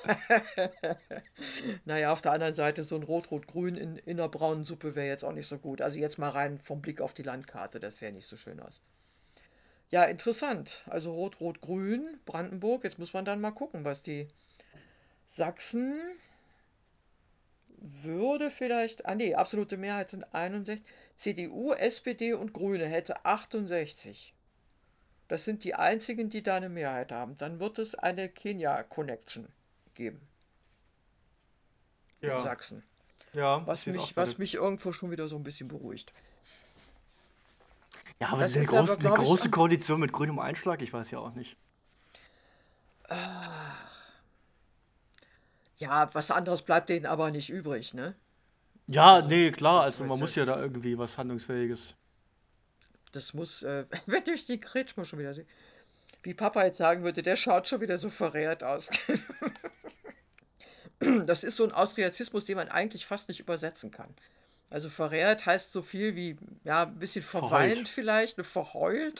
Naja, auf der anderen Seite, so ein Rot-Rot-Grün in, in einer braunen Suppe wäre jetzt auch nicht so gut. Also jetzt mal rein vom Blick auf die Landkarte, das sähe nicht so schön aus. Ja, interessant. Also Rot-Rot-Grün, Brandenburg. Jetzt muss man dann mal gucken, was die Sachsen würde vielleicht. Ah, nee, absolute Mehrheit sind einundsechzig. C D U, S P D und Grüne hätte achtundsechzig. Das sind die einzigen, die da eine Mehrheit haben. Dann wird es eine Kenia-Connection geben in Ja. Sachsen. Ja, ich Was sehe es auch mich, gerade. was mich irgendwo schon wieder so ein bisschen beruhigt. Ja, aber Das eine, ist aber, groß, eine glaube ich, große Koalition mit grünem Einschlag, ich weiß ja auch nicht. ja, was anderes bleibt denen aber nicht übrig, ne? Ja, Also, nee, so, klar, also man so, muss ja da irgendwie was Handlungsfähiges. das muss, äh, wenn ich die Kretschmer schon wieder sehe, wie Papa jetzt sagen würde, der schaut schon wieder so verrehrt aus. Das ist so ein Austriazismus, den man eigentlich fast nicht übersetzen kann. Also verrehrt heißt so viel wie, ja, ein bisschen verweint Verheult. vielleicht, ne, verheult.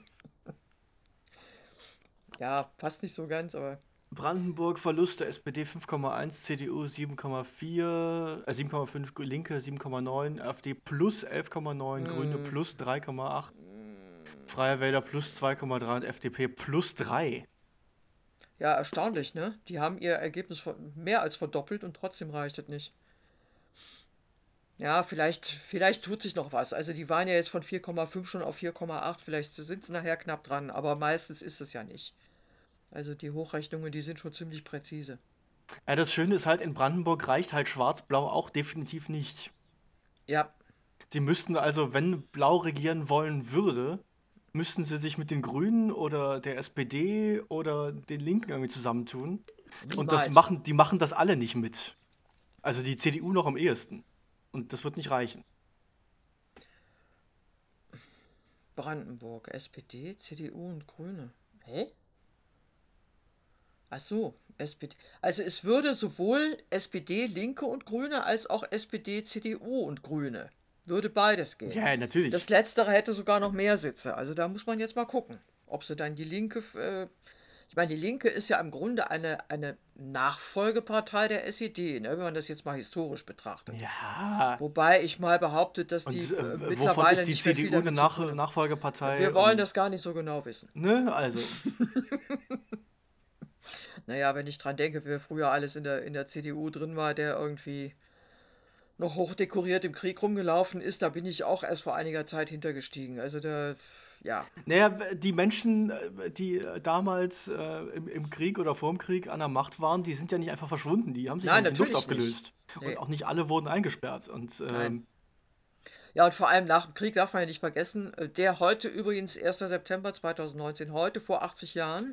Ja, passt nicht so ganz, aber Brandenburg Verlust der S P D fünf Komma eins, C D U sieben Komma vier, äh, sieben Komma fünf, Linke sieben Komma neun, AfD plus elf Komma neun, Grüne mm, plus drei Komma acht, Freie Wähler plus zwei Komma drei und F D P plus drei. ja, erstaunlich, ne? Die haben ihr Ergebnis ver- mehr als verdoppelt und trotzdem reicht es nicht. Ja, vielleicht, vielleicht tut sich noch was. Also die waren ja jetzt von vier Komma fünf schon auf vier Komma acht, vielleicht sind sie nachher knapp dran, aber meistens ist es ja nicht. Also die Hochrechnungen, die sind schon ziemlich präzise. Ja, das Schöne ist halt, in Brandenburg reicht halt Schwarz-Blau auch definitiv nicht. Ja, Sie müssten also, wenn Blau regieren wollen würde, müssten sie sich mit den Grünen oder der S P D oder den Linken irgendwie zusammentun. Und das niemals. machen, die machen das alle nicht mit. Also die C D U noch am ehesten. Und das wird nicht reichen. Brandenburg, S P D, C D U und Grüne. Hä? Ach so, S P D. Also es würde sowohl S P D, Linke und Grüne als auch S P D, C D U und Grüne. Würde beides gehen. Ja, Das natürlich. Letztere hätte sogar noch mehr Sitze. Also da muss man jetzt mal gucken, ob sie dann die Linke. Äh, ich meine, die Linke ist ja im Grunde eine, eine Nachfolgepartei der S E D, ne, wenn man das jetzt mal historisch betrachtet. Ja. Wobei ich mal behaupte, dass die Und äh, äh, wovon mittlerweile ist die nicht mehr viel C D U eine damit zu Nach tun haben. Nachfolgepartei? Wir wollen Und das gar nicht so genau wissen. ne, also. Naja, wenn ich dran denke, wer früher alles in der, in der C D U drin war, der irgendwie noch hochdekoriert im Krieg rumgelaufen ist, da bin ich auch erst vor einiger Zeit hintergestiegen. Also da, ja. Naja, die Menschen, äh, die äh, damals äh, im, im Krieg oder vorm Krieg an der Macht waren, die sind ja nicht einfach verschwunden. Die haben sich ja Nein, nicht in Luft natürlich nicht. aufgelöst. Und Nee, auch nicht alle wurden eingesperrt. Und nein. ähm, Ja, und vor allem nach dem Krieg darf man ja nicht vergessen, äh, der heute übrigens, erster September zweitausendneunzehn, heute vor achtzig Jahren,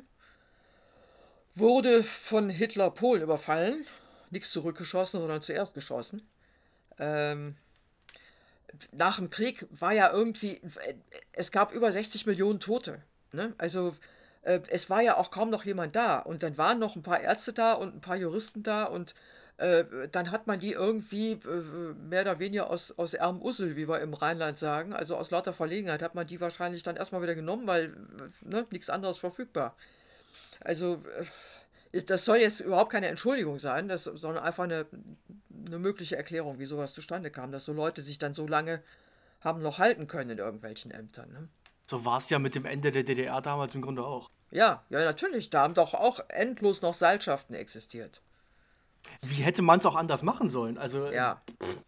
wurde von Hitler Polen überfallen. Nichts zurückgeschossen, sondern zuerst geschossen. Ähm, nach dem Krieg war ja irgendwie, es gab über sechzig Millionen Tote. Ne? Also äh, es war ja auch kaum noch jemand da. Und dann waren noch ein paar Ärzte da und ein paar Juristen da und äh, dann hat man die irgendwie äh, mehr oder weniger aus, aus ärmem Ussel, wie wir im Rheinland sagen, also aus lauter Verlegenheit, hat man die wahrscheinlich dann erstmal wieder genommen, weil äh, ne, nichts anderes verfügbar. Also äh, das soll jetzt überhaupt keine Entschuldigung sein, das, sondern einfach eine, eine mögliche Erklärung, wie sowas zustande kam, dass so Leute sich dann so lange haben noch halten können in irgendwelchen Ämtern. Ne? so war es ja mit dem Ende der D D R damals im Grunde auch. Ja, ja, natürlich, da haben doch auch endlos noch Seilschaften existiert. Wie hätte man es auch anders machen sollen? Also, äh, Ja,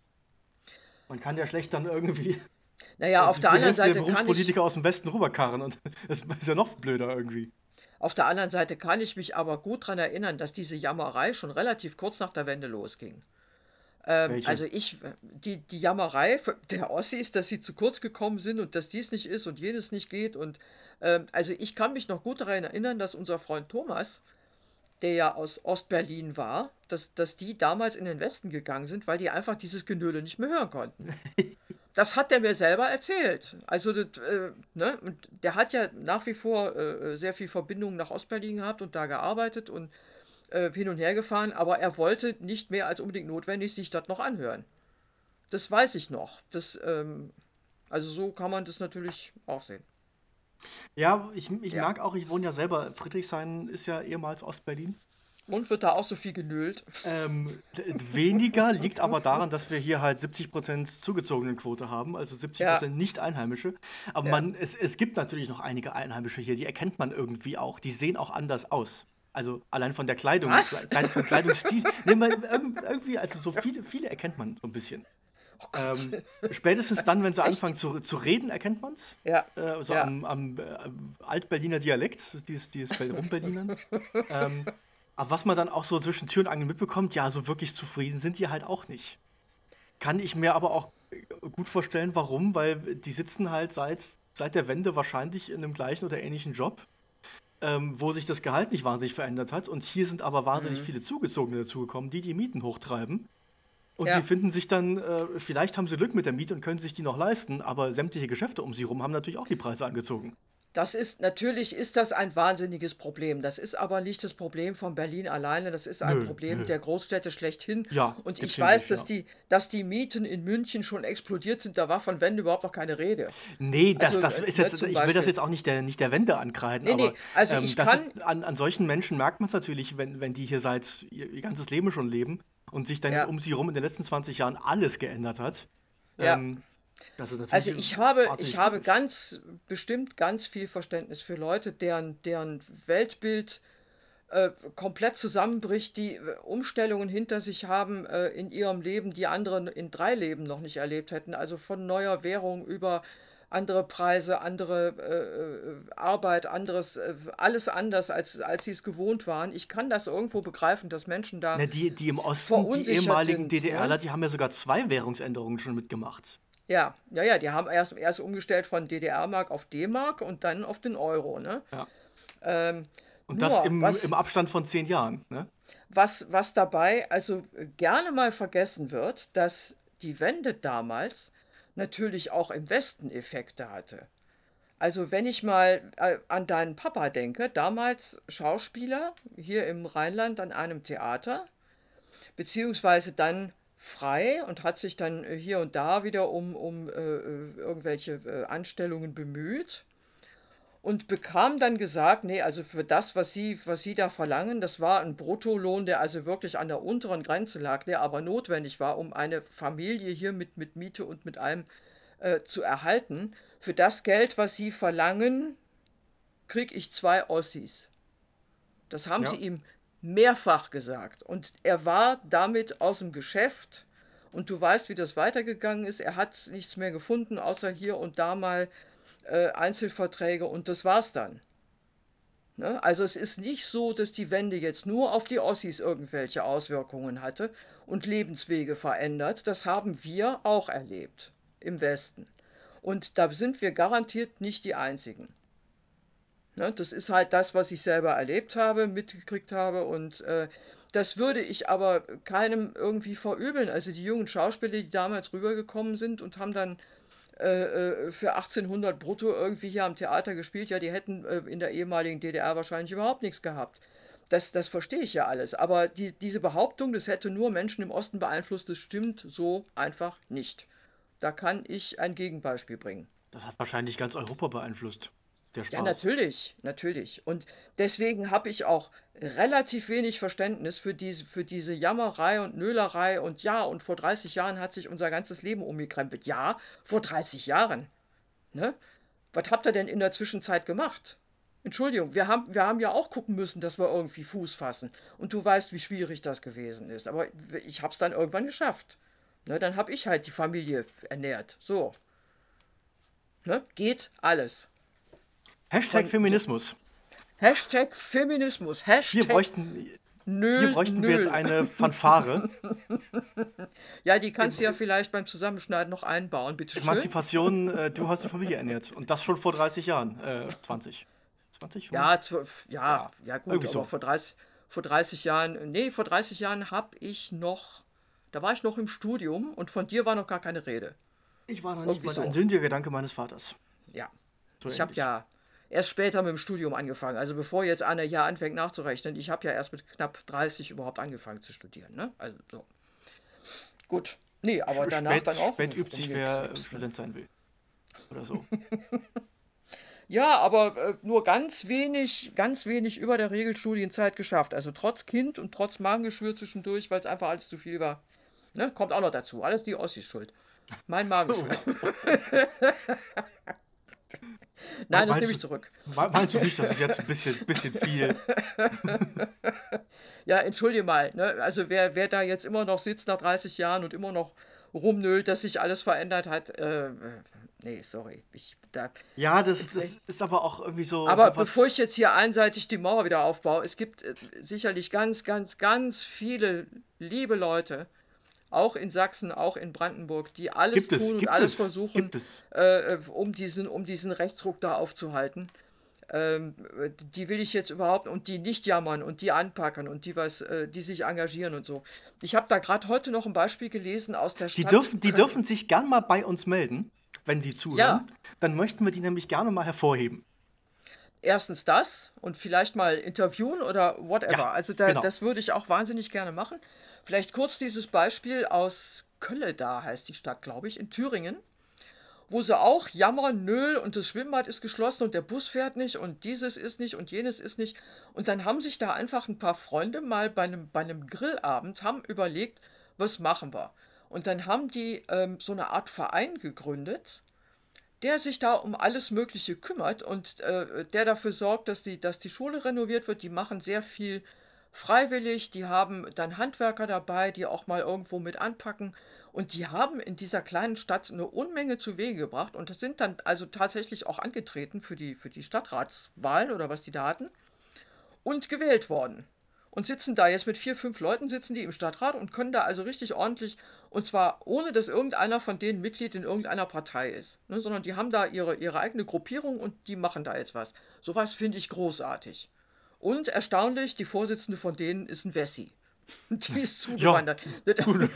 man kann ja schlecht dann irgendwie naja, äh, auf die, der die anderen Hälfte der Seite kann ich, Berufspolitiker aus dem Westen rüberkarren. Und das ist ja noch blöder irgendwie. auf der anderen Seite kann ich mich aber gut daran erinnern, dass diese Jammerei schon relativ kurz nach der Wende losging. Ähm, Welche? also ich, die, die Jammerei der Ossis, dass sie zu kurz gekommen sind und dass dies nicht ist und jenes nicht geht. Und ähm, also ich kann mich noch gut daran erinnern, dass unser Freund Thomas, der ja aus Ostberlin war, dass, dass die damals in den Westen gegangen sind, weil die einfach dieses Genöle nicht mehr hören konnten. Das hat der mir selber erzählt. Also, das, äh, ne? Und der hat ja nach wie vor äh, sehr viel Verbindungen nach Ostberlin gehabt und da gearbeitet und äh, hin und her gefahren, aber er wollte nicht mehr als unbedingt notwendig sich das noch anhören. Das weiß ich noch. Das, ähm, also so kann man das natürlich auch sehen. Ja, ich, ich Ja. merke auch, ich wohne ja selber. Friedrichshain ist ja ehemals Ostberlin. Und wird da auch so viel genölt. Ähm, d- weniger liegt aber daran, dass wir hier halt siebzig Prozent Zugezogenenquote haben, also siebzig Ja, Prozent Nicht-Einheimische. Aber ja. man, es, es gibt natürlich noch einige Einheimische hier, die erkennt man irgendwie auch. Die sehen auch anders aus. Also allein von der Kleidung, Was? Kle- von Kleidungsstil. Nee, man, irg- irgendwie, also so viele, viele erkennt man so ein bisschen. Oh Gott. Ähm, spätestens dann, wenn sie Echt? anfangen zu, zu reden, erkennt man es. Ja, Äh, so ja. am, am, äh, am Altberliner Dialekt, dieses, dieses Rum-Berlinern. Ähm, aber was man dann auch so zwischen Tür und Angel mitbekommt, ja, so wirklich zufrieden sind die halt auch nicht. Kann ich mir aber auch äh, gut vorstellen, warum, weil die sitzen halt seit, seit der Wende wahrscheinlich in einem gleichen oder ähnlichen Job, ähm, wo sich das Gehalt nicht wahnsinnig verändert hat. Und hier sind aber wahnsinnig Mhm. viele Zugezogene dazugekommen, die die Mieten hochtreiben. Und sie Ja. finden sich dann, äh, vielleicht haben sie Glück mit der Miete und können sich die noch leisten, aber sämtliche Geschäfte um sie rum haben natürlich auch die Preise angezogen. Das ist natürlich ist das ein wahnsinniges Problem. Das ist aber nicht das Problem von Berlin alleine, das ist ein Nö, Problem nö. der Großstädte schlechthin. Ja, Und gibt's ich weiß, hinsicht, dass ja. die dass die Mieten in München schon explodiert sind, da war von Wende überhaupt noch keine Rede. Nee, das Also, das äh, ist ne, jetzt zum ich will das Beispiel. jetzt auch nicht der nicht der Wende ankreiden, Ne, aber, ne, also ähm, ich das ist kann an an solchen Menschen merkt man's natürlich, wenn wenn die hier seit ihr ihr ganzes Leben schon leben und sich dann ja, um sie rum in den letzten zwanzig Jahren alles geändert hat. ja. Ähm, das ist Also natürlich, äh, ich habe ich wahnsinnig habe kritisch. ganz bestimmt ganz viel Verständnis für Leute, deren deren Weltbild äh, komplett zusammenbricht, die äh, Umstellungen hinter sich haben äh, in ihrem Leben, die andere in drei Leben noch nicht erlebt hätten. Also von neuer Währung über andere Preise, andere äh, äh, Arbeit, anderes, äh, alles anders, als, als sie es gewohnt waren. Ich kann das irgendwo begreifen, dass Menschen da Ne, die die im Osten, die verunsichert ehemaligen sind, ne? DDRler, die haben ja sogar zwei Währungsänderungen schon mitgemacht. Ja, ja, ja, die haben erst, erst umgestellt von D D R-Mark auf D-Mark und dann auf den Euro, ne? Ja. Ähm, Und das nur, im im was, Abstand von zehn Jahren, ne? Was was dabei also äh, gerne mal vergessen wird, dass die Wende damals natürlich auch im Westen Effekte hatte. Also, wenn ich mal, äh, an deinen Papa denke, damals Schauspieler hier im Rheinland an einem Theater, beziehungsweise dann frei und hat sich dann, äh, hier und da wieder um um, äh, äh, irgendwelche, äh, Anstellungen bemüht. Und bekam dann gesagt: „Ne, also für das, was Sie was Sie da verlangen, das war ein Bruttolohn, der also wirklich an der unteren Grenze lag, der aber notwendig war, um eine Familie hier mit mit Miete und mit allem, äh, zu erhalten. Für das Geld, was Sie verlangen, kriege ich zwei Ossis.“ Das haben sie Ja. ihm mehrfach gesagt und er war damit aus dem Geschäft und du weißt, wie das weitergegangen ist. Er hat nichts mehr gefunden, außer hier und da mal, äh, Einzelverträge und das war's dann, ne? Also, es ist nicht so, dass die Wende jetzt nur auf die Ossis irgendwelche Auswirkungen hatte und Lebenswege verändert. Das haben wir auch erlebt im Westen. Und da sind wir garantiert nicht die Einzigen. Ne, das ist halt das, was ich selber erlebt habe, mitgekriegt habe und, äh, das würde ich aber keinem irgendwie verübeln. Also, die jungen Schauspieler, die damals rübergekommen sind und haben dann, äh, äh, für achtzehnhundert brutto irgendwie hier am Theater gespielt, ja, die hätten, äh, in der ehemaligen D D R wahrscheinlich überhaupt nichts gehabt. Das das verstehe ich ja alles, aber die diese Behauptung, das hätte nur Menschen im Osten beeinflusst, das stimmt so einfach nicht. Da kann ich ein Gegenbeispiel bringen. Das hat wahrscheinlich ganz Europa beeinflusst, der Ja, Spaß. natürlich, natürlich. Und deswegen habe ich auch relativ wenig Verständnis für diese, für diese Jammerei und Nölerei und ja, und vor dreißig Jahren hat sich unser ganzes Leben umgekrempelt. Ja, vor dreißig Jahren. Ne? Was habt ihr denn in der Zwischenzeit gemacht? Entschuldigung, wir haben, wir haben ja auch gucken müssen, dass wir irgendwie Fuß fassen. Und du weißt, wie schwierig das gewesen ist. Aber ich habe es dann irgendwann geschafft. Ne, dann habe ich halt die Familie ernährt. So. Ne? Geht alles. Hashtag Von je- Feminismus. Hashtag Feminismus, Hier Hashtag bräuchten hier Nöl, bräuchten wir jetzt Nöl. eine Fanfare. Ja, die kannst du ja Em vielleicht beim Zusammenschneiden noch einbauen, bitteschön. Emanzipation, äh, du hast die Familie ernährt und das schon vor dreißig Jahren, äh, zwanzig. zwanzig, Ja, fünfundzwanzig? zwölf, ja, Ja, ja gut, irgendwie aber so. vor dreißig, vor dreißig Jahren, nee, vor dreißig Jahren habe ich noch, da war ich noch im Studium und von dir war noch gar keine Rede. Ich war noch nicht Irgendwie mal ein so. sündiger Gedanke meines Vaters. Ja. So Ich habe ähnlich. ja erst später mit dem Studium angefangen. Also bevor jetzt Anne hier anfängt nachzurechnen, ich habe ja erst mit knapp dreißig überhaupt angefangen zu studieren, ne? Also so. Gut. Nee, aber Sch- danach Spät, dann auch spät übt sich, wer rumgekrebst, ne? Student sein will. Oder so. Ja, aber äh, nur ganz wenig, ganz wenig über der Regelstudienzeit geschafft. Also trotz Kind und trotz Magengeschwür zwischendurch, weil es einfach alles zu viel war. Ne? Kommt auch noch dazu. Alles die Ossis schuld. Mein Magengeschwür. Me- Nein, das Meinst nehme du, ich zurück. me- meinst du nicht, dass ich jetzt ein bisschen, bisschen viel. Ja, entschuldige mal. Ne? Also wer, wer da jetzt immer noch sitzt nach dreißig Jahren und immer noch rumnölt, dass sich alles verändert hat, äh, äh, nee, sorry. Ich, da, Ja, das, das ist aber auch irgendwie so, Aber so bevor ich was. jetzt hier einseitig die Mauer wieder aufbaue, es gibt äh, sicherlich ganz, ganz, ganz viele liebe Leute, auch in Sachsen, auch in Brandenburg, die alles Gibt es, tun und gibt alles es, versuchen, gibt es. äh, äh, um diesen, um diesen Rechtsruck da aufzuhalten. ähm, die will ich jetzt überhaupt und die nicht jammern und die anpacken und die was, äh, die sich engagieren und so. Ich habe da gerade heute noch ein Beispiel gelesen aus der Die Stadt dürfen, die Köln. dürfen sich gern mal bei uns melden, wenn sie Ja, zuhören. Dann möchten wir die nämlich gerne mal hervorheben. erstens das und vielleicht mal interviewen oder Ja, whatever. Also da, genau. das würde ich auch wahnsinnig gerne machen. Vielleicht kurz dieses Beispiel aus Kölleda heißt die Stadt, glaube ich, in Thüringen, wo sie auch jammern, nö, und das Schwimmbad ist geschlossen und der Bus fährt nicht und dieses ist nicht und jenes ist nicht. Und dann haben sich da einfach ein paar Freunde mal bei einem, bei einem Grillabend, haben überlegt, was machen wir? Und dann haben die ähm, so eine Art Verein gegründet, der sich da um alles Mögliche kümmert und äh, der dafür sorgt, dass die, dass die Schule renoviert wird. Die machen sehr viel freiwillig, die haben dann Handwerker dabei, die auch mal irgendwo mit anpacken. Und die haben in dieser kleinen Stadt eine Unmenge zu Wege gebracht und sind dann also tatsächlich auch angetreten für die, für die Stadtratswahlen oder was die da hatten und gewählt worden. Und sitzen da jetzt mit vier, fünf Leuten, sitzen die im Stadtrat und können da also richtig ordentlich, und zwar ohne, dass irgendeiner von denen Mitglied in irgendeiner Partei ist, ne, sondern die haben da ihre, ihre eigene Gruppierung und die machen da jetzt was. Sowas finde ich großartig. Und erstaunlich, die Vorsitzende von denen ist ein Wessi. Die ist Ja, zugewandert. gut.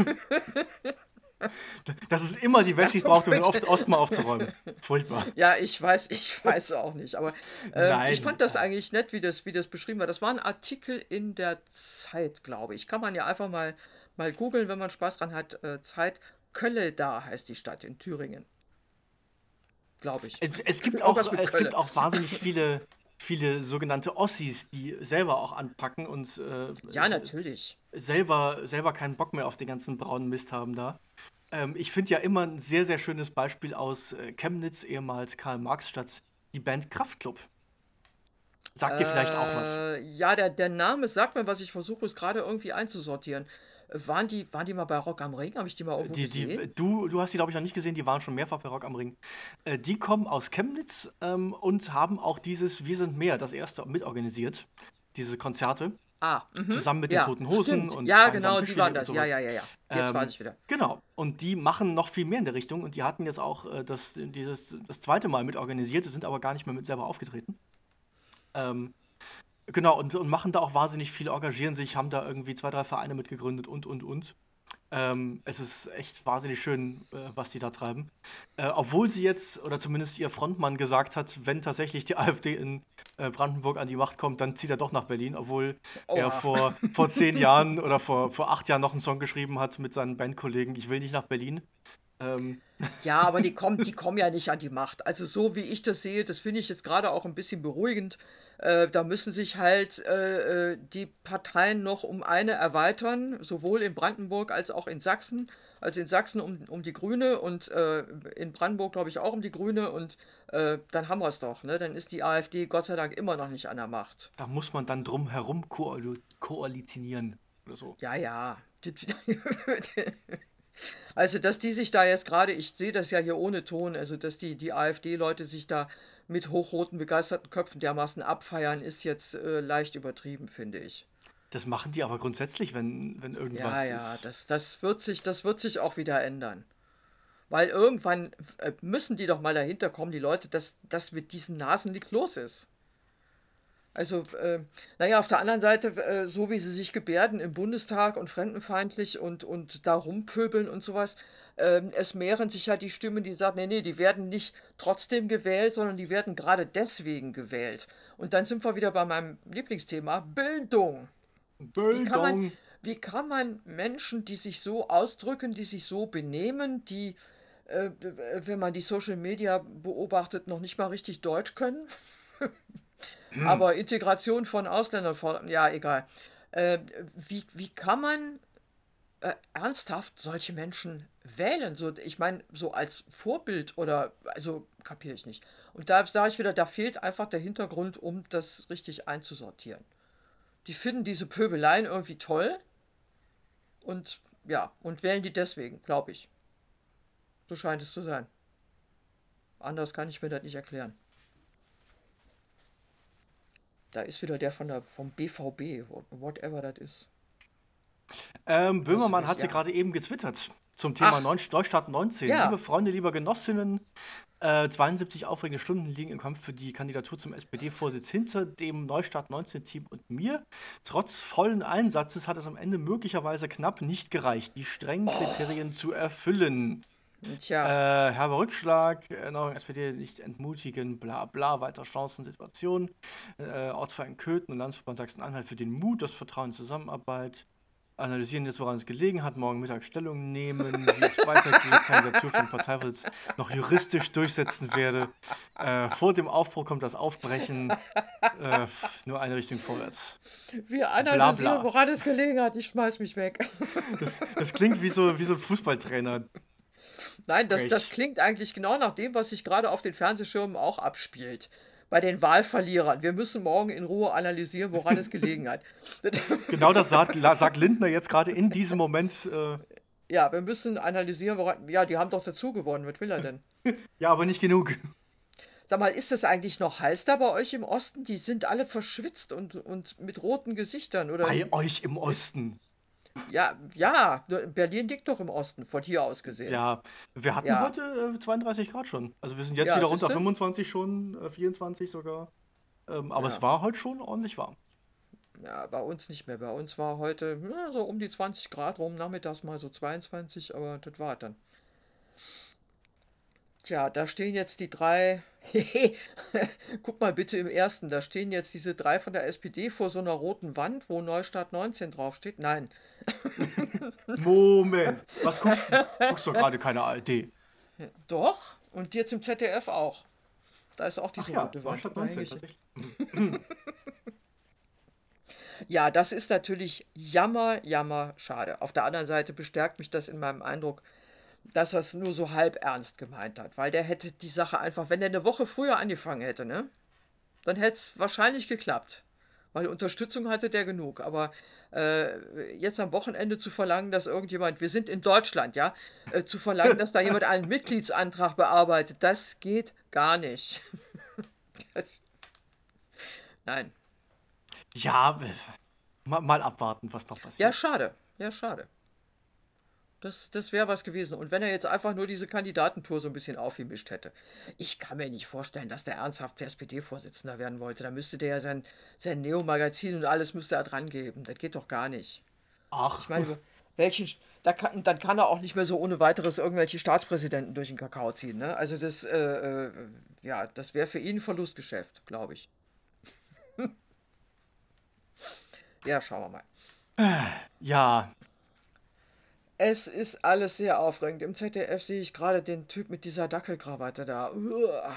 Dass es immer die Wessis braucht, um den Ost Ost mal aufzuräumen. Furchtbar. Ja, ich weiß, ich weiß auch nicht, aber ähm, ich Nein. fand das eigentlich nett, wie das, wie das beschrieben war. Das war ein Artikel in der Zeit, glaube ich. Kann man ja einfach mal, mal googeln, wenn man Spaß dran hat. Äh, Zeit, Kölleda heißt die Stadt in Thüringen, glaube ich. Es, es gibt auch, Irgendwas mit es gibt Kölle. auch wahnsinnig viele, viele sogenannte Ossis, die selber auch anpacken und äh, Ja, natürlich. selber, selber keinen Bock mehr auf den ganzen braunen Mist haben da. Ähm, ich finde ja immer ein sehr, sehr schönes Beispiel aus äh, Chemnitz, ehemals Karl-Marx-Stadt, die Band Kraftklub. Sagt dir vielleicht auch was? Äh, ja, der, der Name sagt mir was, ich versuche es gerade irgendwie einzusortieren. Äh, Waren die, waren die mal bei Rock am Ring? Habe ich die mal irgendwo Die, die, gesehen? du, du hast die, glaube ich, noch nicht gesehen, die waren schon mehrfach bei Rock am Ring. Äh, die kommen aus Chemnitz ähm, und haben auch dieses Wir sind mehr, das erste mitorganisiert, diese Konzerte, Ah, mhm. zusammen mit den Ja, Toten Hosen stimmt. und Ja, Weinsamen genau, die waren Fischfilet und das. Ja, sowas. ja, ja, ja. Jetzt weiß Ähm, ich wieder. genau, und die machen noch viel mehr in der Richtung und die hatten jetzt auch äh, das, dieses, das zweite Mal mitorganisiert, sind aber gar nicht mehr mit selber aufgetreten. Ähm, genau, und, und machen da auch wahnsinnig viel, engagieren sich, haben da irgendwie zwei, drei Vereine mitgegründet und, und, und. Ähm, es ist echt wahnsinnig schön, äh, was die da treiben. Äh, obwohl sie jetzt, oder zumindest ihr Frontmann gesagt hat, wenn tatsächlich die AfD in äh, Brandenburg an die Macht kommt, dann zieht er doch nach Berlin, obwohl er Oha. vor, vor zehn Jahren oder vor, vor acht Jahren noch einen Song geschrieben hat mit seinen Bandkollegen, ich will nicht nach Berlin. Ähm, Ja, aber die kommen, die kommen ja nicht an die Macht. Also so wie ich das sehe, das finde ich jetzt gerade auch ein bisschen beruhigend. Äh, da müssen sich halt äh, äh, die Parteien noch um eine erweitern, sowohl in Brandenburg als auch in Sachsen. Also in Sachsen um, um die Grüne und äh, in Brandenburg, glaube ich, auch um die Grüne. Und äh, dann haben wir es doch. Ne? Dann ist die AfD Gott sei Dank immer noch nicht an der Macht. Da muss man dann drum herum koal koalitionieren oder so. Ja, ja. Also, dass die sich da jetzt gerade, ich sehe das ja hier ohne Ton, also dass die, die AfD-Leute sich da mit hochroten, begeisterten Köpfen dermaßen abfeiern, ist jetzt äh, leicht übertrieben, finde ich. Das machen die aber grundsätzlich, wenn, wenn Ja, irgendwas ja, ist. das, das wird sich, das wird sich auch wieder ändern. Weil irgendwann äh, müssen die doch mal dahinter kommen, die Leute, dass, dass mit diesen Nasen nichts los ist. Also, äh, naja, auf der anderen Seite, äh, so wie sie sich gebärden im Bundestag und fremdenfeindlich und, und da rumpöbeln und sowas, ähm, es mehren sich ja die Stimmen, die sagen, nee, nee, die werden nicht trotzdem gewählt, sondern die werden gerade deswegen gewählt. Und dann sind wir wieder bei meinem Lieblingsthema, Bildung. Wie kann man, Bildung! wie kann man Menschen, die sich so ausdrücken, die sich so benehmen, die, äh, wenn man die Social Media beobachtet, noch nicht mal richtig Deutsch können, aber Integration von Ausländern fordern, ja, egal. Äh, wie, wie kann man äh, ernsthaft solche Menschen wählen? So, ich meine, so als Vorbild oder, also kapiere ich nicht. Und da sage ich wieder, da fehlt einfach der Hintergrund, um das richtig einzusortieren. Die finden diese Pöbeleien irgendwie toll und ja, und wählen die deswegen, glaube ich. So scheint es zu sein. Anders kann ich mir das nicht erklären. Da ist wieder der von der, vom B V B, whatever das ist. Ähm, Weißt du Böhmermann nicht, hat hier ja. gerade eben getwittert zum Thema Ach, Neun Neustart neunzehn. Liebe ja. Freunde, liebe Genossinnen, Äh, zweiundsiebzig aufregende Stunden liegen im Kampf für die Kandidatur zum S P D-Vorsitz hinter dem Neustart neunzehn-Team und mir. Trotz vollen Einsatzes hat es am Ende möglicherweise knapp nicht gereicht, die strengen Kriterien zu erfüllen. Äh, Tja, herber Rückschlag, Erneuerung S P D nicht entmutigen, bla bla, weiter Chancen, Situation. Äh, Ortsverein Köthen und Landesverband Sachsen-Anhalt für den Mut, das Vertrauen, Zusammenarbeit. Analysieren jetzt, woran es gelegen hat, morgen Mittag Stellung nehmen, wie es weitergeht, Kandidatur für den Parteivorsitz noch juristisch durchsetzen werde. Äh, vor dem Aufbruch kommt das Aufbrechen, äh, nur eine Richtung vorwärts. wir Bla analysieren, bla. woran es gelegen hat. Ich schmeiß mich weg. Das, das klingt wie so, wie so ein Fußballtrainer. Nein, das, das Sprech. klingt eigentlich genau nach dem, was sich gerade auf den Fernsehschirmen auch abspielt. Bei den Wahlverlierern. Wir müssen morgen in Ruhe analysieren, woran es gelegen hat. Genau das sagt, la- sagt Lindner jetzt gerade in diesem Moment. Äh, Ja, wir müssen analysieren, woran. Ja, die haben doch dazu gewonnen. Was will er denn? ja, aber nicht genug. Sag mal, ist es eigentlich noch heiß da bei euch im Osten? Die sind alle verschwitzt und, und mit roten Gesichtern, oder? Bei euch im Osten. Ja, ja, nur Berlin liegt doch im Osten, von hier aus gesehen. Ja, wir hatten Ja, heute äh, zweiunddreißig Grad schon. Also wir sind jetzt ja, wieder siehst runter, du? fünfundzwanzig schon, äh, vierundzwanzig sogar. Ähm, aber es Ja. war heute schon ordentlich warm. Ja, bei uns nicht mehr. Bei uns war heute na, so um die zwanzig Grad rum, nachmittags mal so zweiundzwanzig, aber das war dann. Tja, da stehen jetzt die drei. Guck mal bitte im ersten, da stehen jetzt diese drei von der S P D vor so einer roten Wand, wo Neustart neunzehn draufsteht. Nein, Moment, was guckst du? Guckst du gerade keine A R D? doch. Und jetzt im Z D F auch. Da ist auch Ach diese ja, rote Wand. Neustadt Da hänge neunzehn, ich. tatsächlich. Ja, das ist natürlich jammer, jammer, schade. Auf der anderen Seite bestärkt mich das in meinem Eindruck, dass er es nur so halb ernst gemeint hat. Weil der hätte die Sache einfach, wenn der eine Woche früher angefangen hätte, ne? Dann hätte es wahrscheinlich geklappt. Weil Unterstützung hatte der genug. Aber äh, jetzt am Wochenende zu verlangen, dass irgendjemand, wir sind in Deutschland, ja, äh, zu verlangen, dass da jemand einen Mitgliedsantrag bearbeitet, das geht gar nicht. Das, nein. Ja, äh, mal, mal abwarten, was noch Ja, passiert. schade. Ja, schade. Das, das wäre was gewesen. Und wenn er jetzt einfach nur diese Kandidatentour so ein bisschen aufgemischt hätte. Ich kann mir nicht vorstellen, dass der ernsthaft S P D-Vorsitzender werden wollte. Da müsste der ja sein, sein Neo-Magazin und alles müsste er dran geben. Das geht doch gar nicht. Ach, Ich meine, welchen, da kann, dann kann er auch nicht mehr so ohne weiteres irgendwelche Staatspräsidenten durch den Kakao ziehen. Ne? Also das, äh, äh, ja, das wäre für ihn ein Verlustgeschäft, glaube ich. Ja, schauen wir mal. ja, Es ist alles sehr aufregend. Im Z D F sehe ich gerade den Typ mit dieser Dackelkrawatte da. Uah.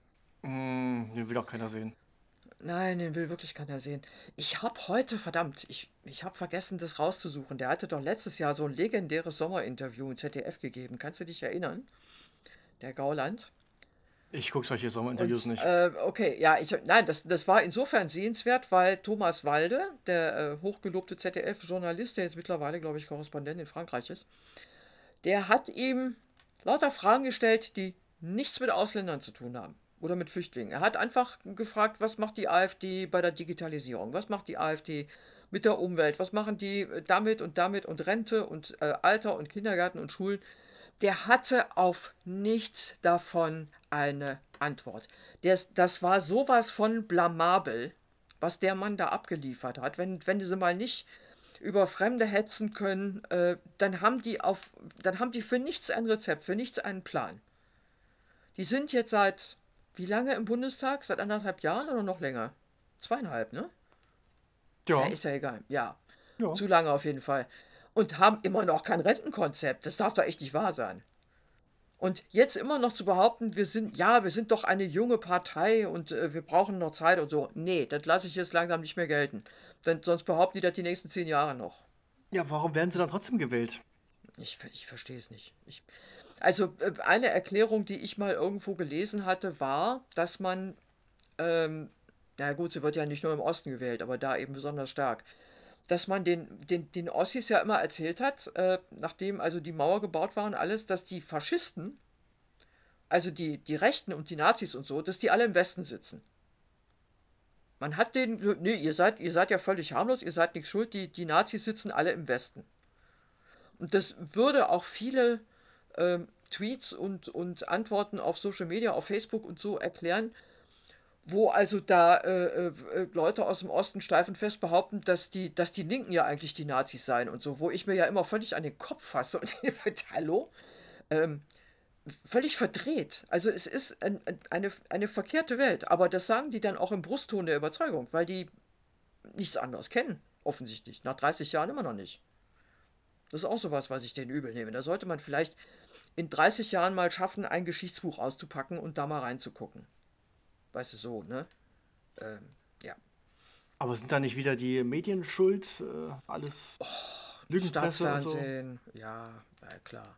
mh, den will auch keiner sehen. Nein, den will wirklich keiner sehen. Ich hab heute, verdammt, ich, ich hab vergessen, das rauszusuchen. Der hatte doch letztes Jahr so ein legendäres Sommerinterview im Z D F gegeben. Kannst du dich erinnern? Der Gauland. Ich gucke solche Sommerinterviews Und nicht. äh, okay, ja, ich, nein, das, das war insofern sehenswert, weil Thomas Walde, der äh, hochgelobte Z D F-Journalist, der jetzt mittlerweile, glaube ich, Korrespondent in Frankreich ist, der hat ihm lauter Fragen gestellt, die nichts mit Ausländern zu tun haben oder mit Flüchtlingen. Er hat einfach gefragt, was macht die AfD bei der Digitalisierung? Was macht die AfD mit der Umwelt? Was machen die damit und damit und Rente und äh, Alter und Kindergarten und Schulen? Der hatte auf nichts davon eine Antwort. Der, das war sowas von blamabel, was der Mann da abgeliefert hat. Wenn, wenn sie mal nicht über Fremde hetzen können, äh, dann haben die auf, dann haben die für nichts ein Rezept, für nichts einen Plan. Die sind jetzt seit wie lange im Bundestag? Seit anderthalb Jahren oder noch länger? Zweieinhalb, ne? Ja, Ja, ist ja egal. Ja, ja. zu lange auf jeden Fall. Und haben immer noch kein Rentenkonzept. Das darf doch echt nicht wahr sein. Und jetzt immer noch zu behaupten, wir sind, ja, wir sind doch eine junge Partei und äh, wir brauchen noch Zeit und so. Nee, das lasse ich jetzt langsam nicht mehr gelten. Denn sonst behaupten die das die nächsten zehn Jahre noch. Ja, warum werden sie dann trotzdem gewählt? Ich, ich verstehe es nicht. Ich, also äh, eine Erklärung, die ich mal irgendwo gelesen hatte, war, dass man, ähm, na gut, sie wird ja nicht nur im Osten gewählt, aber da eben besonders stark, dass man den, den, den Ossis ja immer erzählt hat, äh, nachdem also die Mauer gebaut war und alles, dass die Faschisten, also die, die Rechten und die Nazis und so, dass die alle im Westen sitzen. Man hat den, nee, ihr seid, ihr seid ja völlig harmlos, ihr seid nichts schuld, die, die Nazis sitzen alle im Westen. Und das würde auch viele ähm, Tweets und, und Antworten auf Social Media, auf Facebook und so erklären, wo also da äh, äh, Leute aus dem Osten steif und fest behaupten, dass die, dass die Linken ja eigentlich die Nazis seien und so, wo ich mir ja immer völlig an den Kopf fasse und hallo? Ähm, völlig verdreht. Also es ist ein, ein, eine, eine verkehrte Welt, aber das sagen die dann auch im Brustton der Überzeugung, weil die nichts anderes kennen, offensichtlich. Nach dreißig Jahren immer noch nicht. Das ist auch sowas, was ich denen übel nehme. Da sollte man vielleicht in dreißig Jahren mal schaffen, ein Geschichtsbuch auszupacken und da mal reinzugucken. Weißt du, so, ne? Ähm, ja. Aber sind da nicht wieder die Medien schuld? Äh, alles Lügenpresse und so? Staatsfernsehen, ja, ja, klar.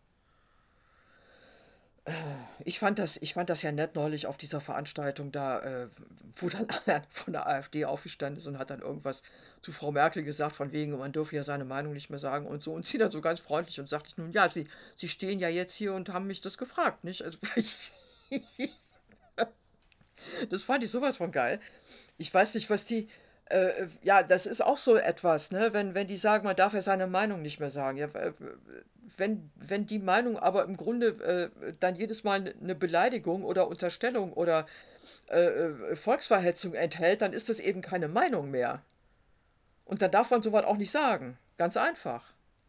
Ich fand das, ich fand das ja nett neulich auf dieser Veranstaltung da, äh, wo dann einer von der AfD aufgestanden ist und hat dann irgendwas zu Frau Merkel gesagt, von wegen, man dürfe ja seine Meinung nicht mehr sagen und so. Und sie dann so ganz freundlich und sagte, nun ja, sie, sie stehen ja jetzt hier und haben mich das gefragt, nicht? Also, das fand ich sowas von geil. Ich weiß nicht, was die. Äh, ja, das ist auch so etwas, ne? Wenn, wenn die sagen, man darf ja seine Meinung nicht mehr sagen. Ja, äh, wenn, wenn die Meinung aber im Grunde äh, dann jedes Mal eine Beleidigung oder Unterstellung oder äh, äh, Volksverhetzung enthält, dann ist das eben keine Meinung mehr. Und dann darf man sowas auch nicht sagen. Ganz einfach.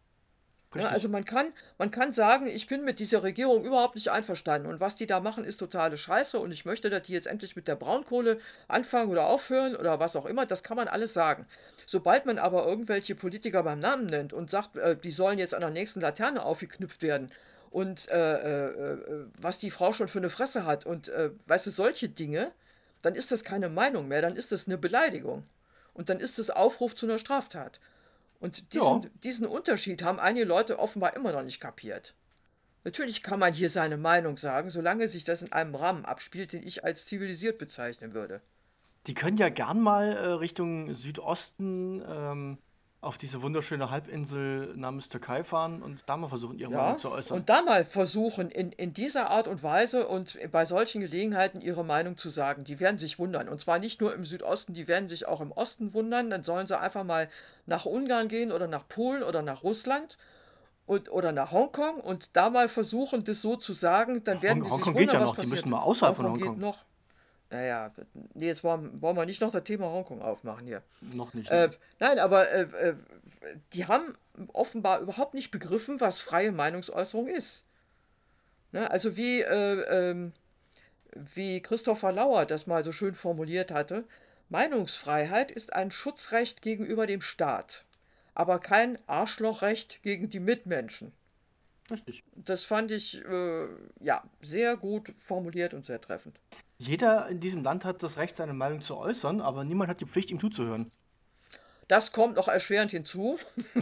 Ja, Richtig. also man kann, man kann sagen, ich bin mit dieser Regierung überhaupt nicht einverstanden und was die da machen, ist totale Scheiße und ich möchte, dass die jetzt endlich mit der Braunkohle anfangen oder aufhören oder was auch immer, das kann man alles sagen. Sobald man aber irgendwelche Politiker beim Namen nennt und sagt, äh, die sollen jetzt an der nächsten Laterne aufgeknüpft werden und äh, äh, äh, was die Frau schon für eine Fresse hat und äh, weißt du, solche Dinge, dann ist das keine Meinung mehr, dann ist das eine Beleidigung und dann ist das Aufruf zu einer Straftat. Und Ja, diesen, diesen Unterschied haben einige Leute offenbar immer noch nicht kapiert. Natürlich kann man hier seine Meinung sagen, solange sich das in einem Rahmen abspielt, den ich als zivilisiert bezeichnen würde. die können ja gern mal äh, Richtung Südosten ähm, auf diese wunderschöne Halbinsel namens Türkei fahren und da mal versuchen, ihre Meinung Ja, zu äußern. und da mal versuchen, in, in dieser Art und Weise und bei solchen Gelegenheiten ihre Meinung zu sagen. Die werden sich wundern. Und zwar nicht nur im Südosten, die werden sich auch im Osten wundern. Dann sollen sie einfach mal nach Ungarn gehen oder nach Polen oder nach Russland und, oder nach Hongkong und da mal versuchen, das so zu sagen. Dann werden Hong die sich Hongkong geht ja wundern, was noch, die passiert. müssen mal außerhalb von Hongkong geht Hongkong. noch. Naja, nee, jetzt wollen, wollen wir nicht noch das Thema Hongkong aufmachen hier. Noch nicht, Äh, nein. nein, aber äh, äh, die haben offenbar überhaupt nicht begriffen, was freie Meinungsäußerung ist. Ne? Also wie, äh, ähm, wie Christopher Lauer das mal so schön formuliert hatte, Meinungsfreiheit ist ein Schutzrecht gegenüber dem Staat, aber kein Arschlochrecht gegen die Mitmenschen. Richtig. Das fand ich äh, ja sehr gut formuliert und sehr treffend. Jeder in diesem Land hat das Recht, seine Meinung zu äußern, aber niemand hat die Pflicht, ihm zuzuhören. Das kommt noch erschwerend hinzu.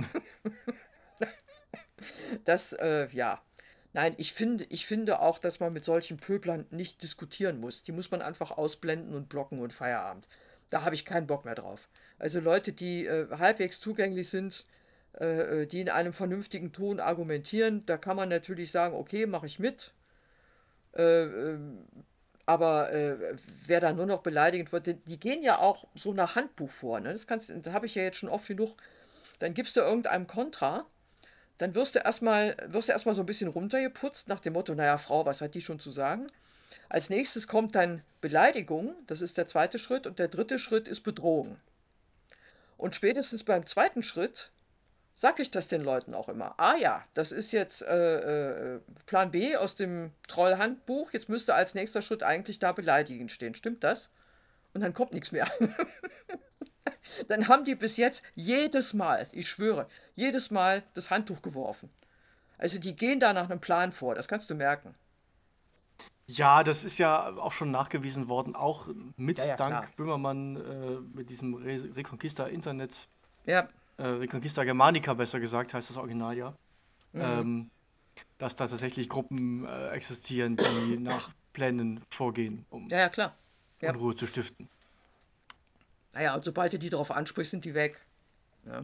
Das, äh, ja. Nein, ich finde, ich finde auch, dass man mit solchen Pöblern nicht diskutieren muss. Die muss man einfach ausblenden und blocken und Feierabend. Da habe ich keinen Bock mehr drauf. Also Leute, die äh, halbwegs zugänglich sind, äh, äh, die in einem vernünftigen Ton argumentieren, da kann man natürlich sagen, okay, mache ich mit. Äh, ähm, aber äh, wer da nur noch beleidigend wird, die, die gehen ja auch so nach Handbuch vor. Ne? Das kannst, das habe ich ja jetzt schon oft genug. Dann gibst du irgendeinem Kontra, dann wirst du erstmal wirst du erstmal so ein bisschen runtergeputzt nach dem Motto, naja, Frau, was hat die schon zu sagen? Als nächstes kommt dann Beleidigung, das ist der zweite Schritt, und der dritte Schritt ist Bedrohung. Und spätestens beim zweiten Schritt sage ich das den Leuten auch immer. Ah ja, das ist jetzt äh, äh, Plan B aus dem Trollhandbuch, jetzt müsste als nächster Schritt eigentlich da beleidigend stehen. Stimmt das? Und dann kommt nichts mehr. Dann haben die bis jetzt jedes Mal, ich schwöre, jedes Mal das Handtuch geworfen. Also die gehen da nach einem Plan vor, das kannst du merken. Ja, das ist ja auch schon nachgewiesen worden, auch mit Ja, ja, klar. dank Böhmermann äh, mit diesem Re Reconquista Internet, Ja, äh, Reconquista Germanica besser gesagt, heißt das Original ja, ähm, dass da tatsächlich Gruppen äh, existieren, die nach Plänen vorgehen, um ja, ja, klar. Ja. Unruhe zu stiften. Naja, und sobald du die darauf ansprichst, sind die weg. Ja.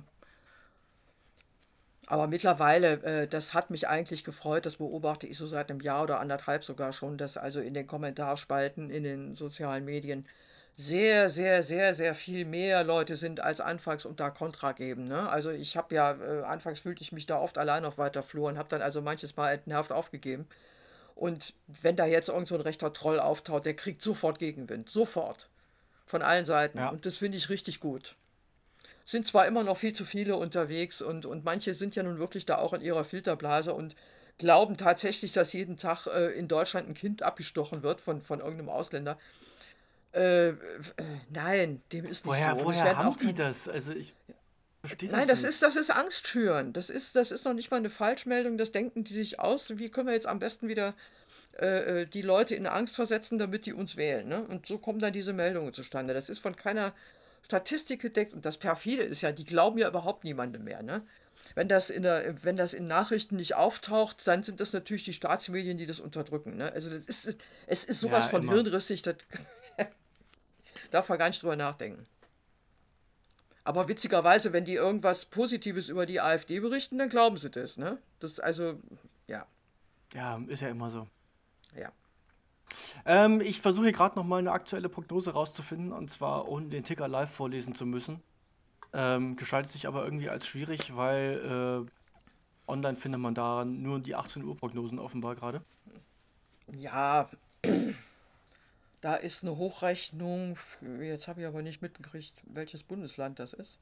Aber mittlerweile, äh, das hat mich eigentlich gefreut, das beobachte ich so seit einem Jahr oder anderthalb sogar schon, dass also in den Kommentarspalten, in den sozialen Medien sehr, sehr, sehr, sehr viel mehr Leute sind als anfangs und da Kontra geben. Ne? Also ich habe ja, äh, anfangs fühlte ich mich da oft allein auf weiter Flur und habe dann also manches Mal entnervt aufgegeben. Und wenn da jetzt irgend so ein rechter Troll auftaucht, der kriegt sofort Gegenwind. Sofort. Von allen Seiten. Ja. Und das finde ich richtig gut. Es sind zwar immer noch viel zu viele unterwegs und, und manche sind ja nun wirklich da auch in ihrer Filterblase und glauben tatsächlich, dass jeden Tag äh, in Deutschland ein Kind abgestochen wird von, von irgendeinem Ausländer. Äh, äh, nein, dem ist nicht so. Woher, Und es woher werden haben auch die kein, das? Also ich verstehe Nein, das das nicht. ist, das ist Angst schüren. Das ist, das ist noch nicht mal eine Falschmeldung. Das denken die sich aus. Wie können wir jetzt am besten wieder äh, äh, die Leute in Angst versetzen, damit die uns wählen? Ne? Und so kommen dann diese Meldungen zustande. Das ist von keiner Statistik gedeckt. Und das Perfide ist ja, die glauben ja überhaupt niemandem mehr. Ne? Wenn das in der, wenn das in Nachrichten nicht auftaucht, dann sind das natürlich die Staatsmedien, die das unterdrücken. Ne? Also das ist, es ist sowas Ja, von immer. hirnrissig, das darf man gar nicht drüber nachdenken. Aber witzigerweise, wenn die irgendwas Positives über die AfD berichten, dann glauben sie das, ne? Das also, ja, Ja, ist ja immer so. ja. Ähm, ich versuche hier gerade noch mal eine aktuelle Prognose rauszufinden, und zwar ohne den Ticker live vorlesen zu müssen. Ähm, gestaltet sich aber irgendwie als schwierig, weil äh, online findet man da nur die achtzehn Uhr Prognosen offenbar gerade. Ja, da ist eine Hochrechnung, für, jetzt habe ich aber nicht mitgekriegt, welches Bundesland das ist.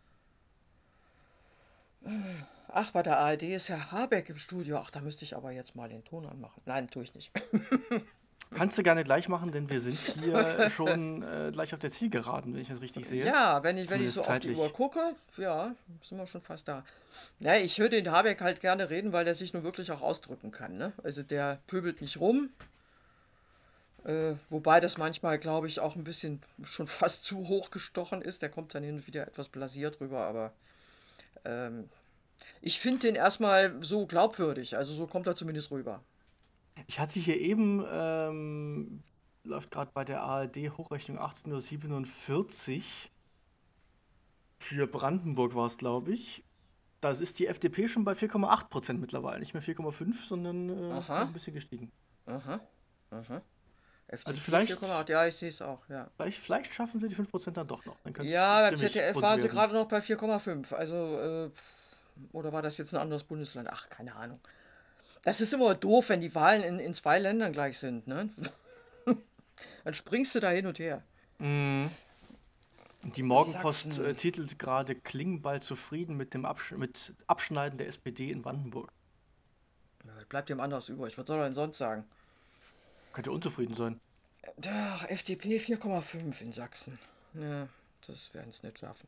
Ach, bei der A R D ist Herr Habeck im Studio. Ach, da müsste ich aber jetzt mal den Ton anmachen. Nein, tue ich nicht. Kannst du gerne gleich machen, denn wir sind hier schon äh, gleich auf der Zielgeraden, wenn ich das richtig sehe. Ja, wenn ich, wenn ich Zumindest so auf die zeitlich. Uhr gucke, ja, sind wir schon fast da. Ja, ich höre den Habeck halt gerne reden, weil der sich nun wirklich auch ausdrücken kann, ne? Also der pöbelt nicht rum, äh, wobei das manchmal, glaube ich, auch ein bisschen schon fast zu hoch gestochen ist. Der kommt dann hin und wieder etwas blasiert rüber, aber ähm, ich finde den erstmal so glaubwürdig, also so kommt er zumindest rüber. Ich hatte hier eben, ähm, läuft gerade bei der A R D Hochrechnung achtzehn Uhr siebenundvierzig. Für Brandenburg war es, glaube ich. Da ist die F D P schon bei vier Komma acht Prozent mittlerweile. Nicht mehr vier Komma fünf, sondern äh, noch Aha, ein bisschen gestiegen. aha, aha. Also F D P vielleicht, vier Komma acht, ja, ich sehe es auch, ja. vielleicht, vielleicht schaffen sie die fünf Prozent dann doch noch. Dann könnte es Ja, beim ziemlich Z D F bunt waren sie werden. gerade noch bei vier Komma fünf. Also, äh, oder war das jetzt ein anderes Bundesland? Ach, keine Ahnung. Das ist immer doof, wenn die Wahlen in, in zwei Ländern gleich sind, ne? Dann springst du da hin und her. Mhm. Die Morgenpost äh, Sachsen. titelt gerade Klingbeil zufrieden mit dem Absch mit Abschneiden der S P D in Brandenburg. Ja, bleibt dem anders übrig. Was soll er denn sonst sagen? Könnte unzufrieden sein. Ach, F D P vier Komma fünf in Sachsen. Ja, das werden es nicht schaffen.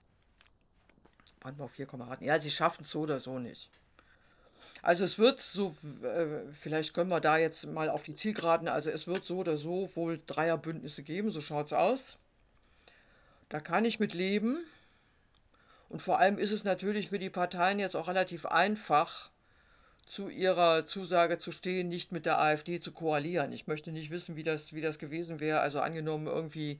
Brandenburg vier Komma acht. Ja, sie schaffen es so oder so nicht. Also es wird so, äh, vielleicht können wir da jetzt mal auf die Zielgeraden, also es wird so oder so wohl Dreierbündnisse geben, so schaut's aus. Da kann ich mit leben. Und vor allem ist es natürlich für die Parteien jetzt auch relativ einfach, zu ihrer Zusage zu stehen, nicht mit der AfD zu koalieren. Ich möchte nicht wissen, wie das, wie das gewesen wäre. Also angenommen irgendwie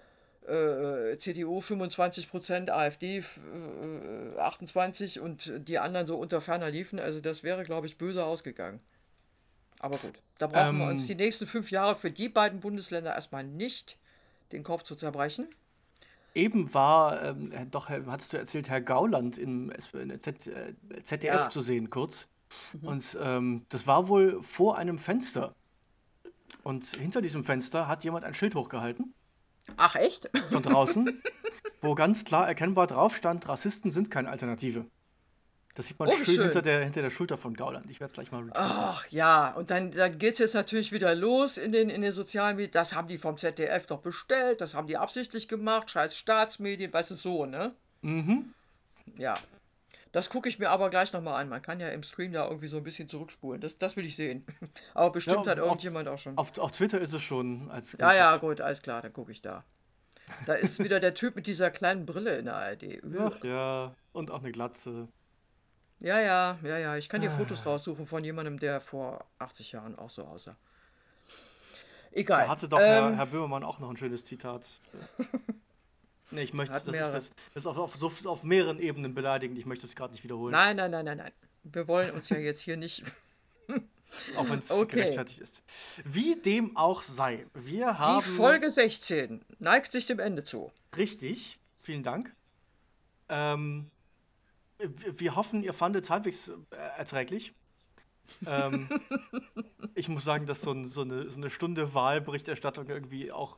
äh, C D U fünfundzwanzig Prozent, AfD äh, achtundzwanzig und die anderen so unter ferner liefen. Also das wäre, glaube ich, böse ausgegangen. Aber gut, da brauchen wir uns Ähm, die nächsten fünf Jahre für die beiden Bundesländer erstmal nicht den Kopf zu zerbrechen. Eben war, ähm, äh, doch, Herr- hattest du erzählt, Herr Gauland im S- in der Z, äh, Z D F Ja. zu sehen, kurz. Mhm. Und ähm, das war wohl vor einem Fenster. Und hinter diesem Fenster hat jemand ein Schild hochgehalten, Ach echt? von draußen, wo ganz klar erkennbar drauf stand, Rassisten sind keine Alternative. Das sieht man Oh, wie schön hinter schön. der, hinter der Schulter von Gauland. Ich werde es gleich mal retweeten. Ach ja, und dann, dann geht es jetzt natürlich wieder los in den, in den sozialen Medien. Das haben die vom Z D F doch bestellt, das haben die absichtlich gemacht, scheiß Staatsmedien, weißt du so, ne? Mhm. Ja. Das gucke ich mir aber gleich nochmal an. Man kann ja im Stream da irgendwie so ein bisschen zurückspulen. Das, das will ich sehen. Aber Ja, bestimmt hat auf, irgendjemand auch schon. auf, auf Twitter ist es schon als Ja, ja, Screenshot. gut, alles klar, dann gucke ich da. Da ist wieder der Typ mit dieser kleinen Brille in der A R D. Ugh. Ach ja, und auch eine Glatze. Ja, ja, ja, ja. Ich kann dir Fotos raussuchen von jemandem, der vor achtzig Jahren auch so aussah. Da Egal. hatte doch Herr, Ähm, Herr Böhmermann auch noch ein schönes Zitat. Nee, ich möchte, hat das ist mehrere. das, das ist auf, auf, so, auf mehreren Ebenen beleidigend. Ich möchte es gerade nicht wiederholen, Nein, nein, nein, nein, nein. Wir wollen uns ja jetzt hier nicht. auch wenn es Okay. gerechtfertigt ist. Wie dem auch sei, wir Die haben Folge sechzehn neigt sich dem Ende zu. richtig, vielen Dank. Ähm, wir wir hoffen, ihr fandet es halbwegs äh, erträglich. Ähm, ich muss sagen, dass so, ein, so, eine, so eine Stunde Wahlberichterstattung irgendwie auch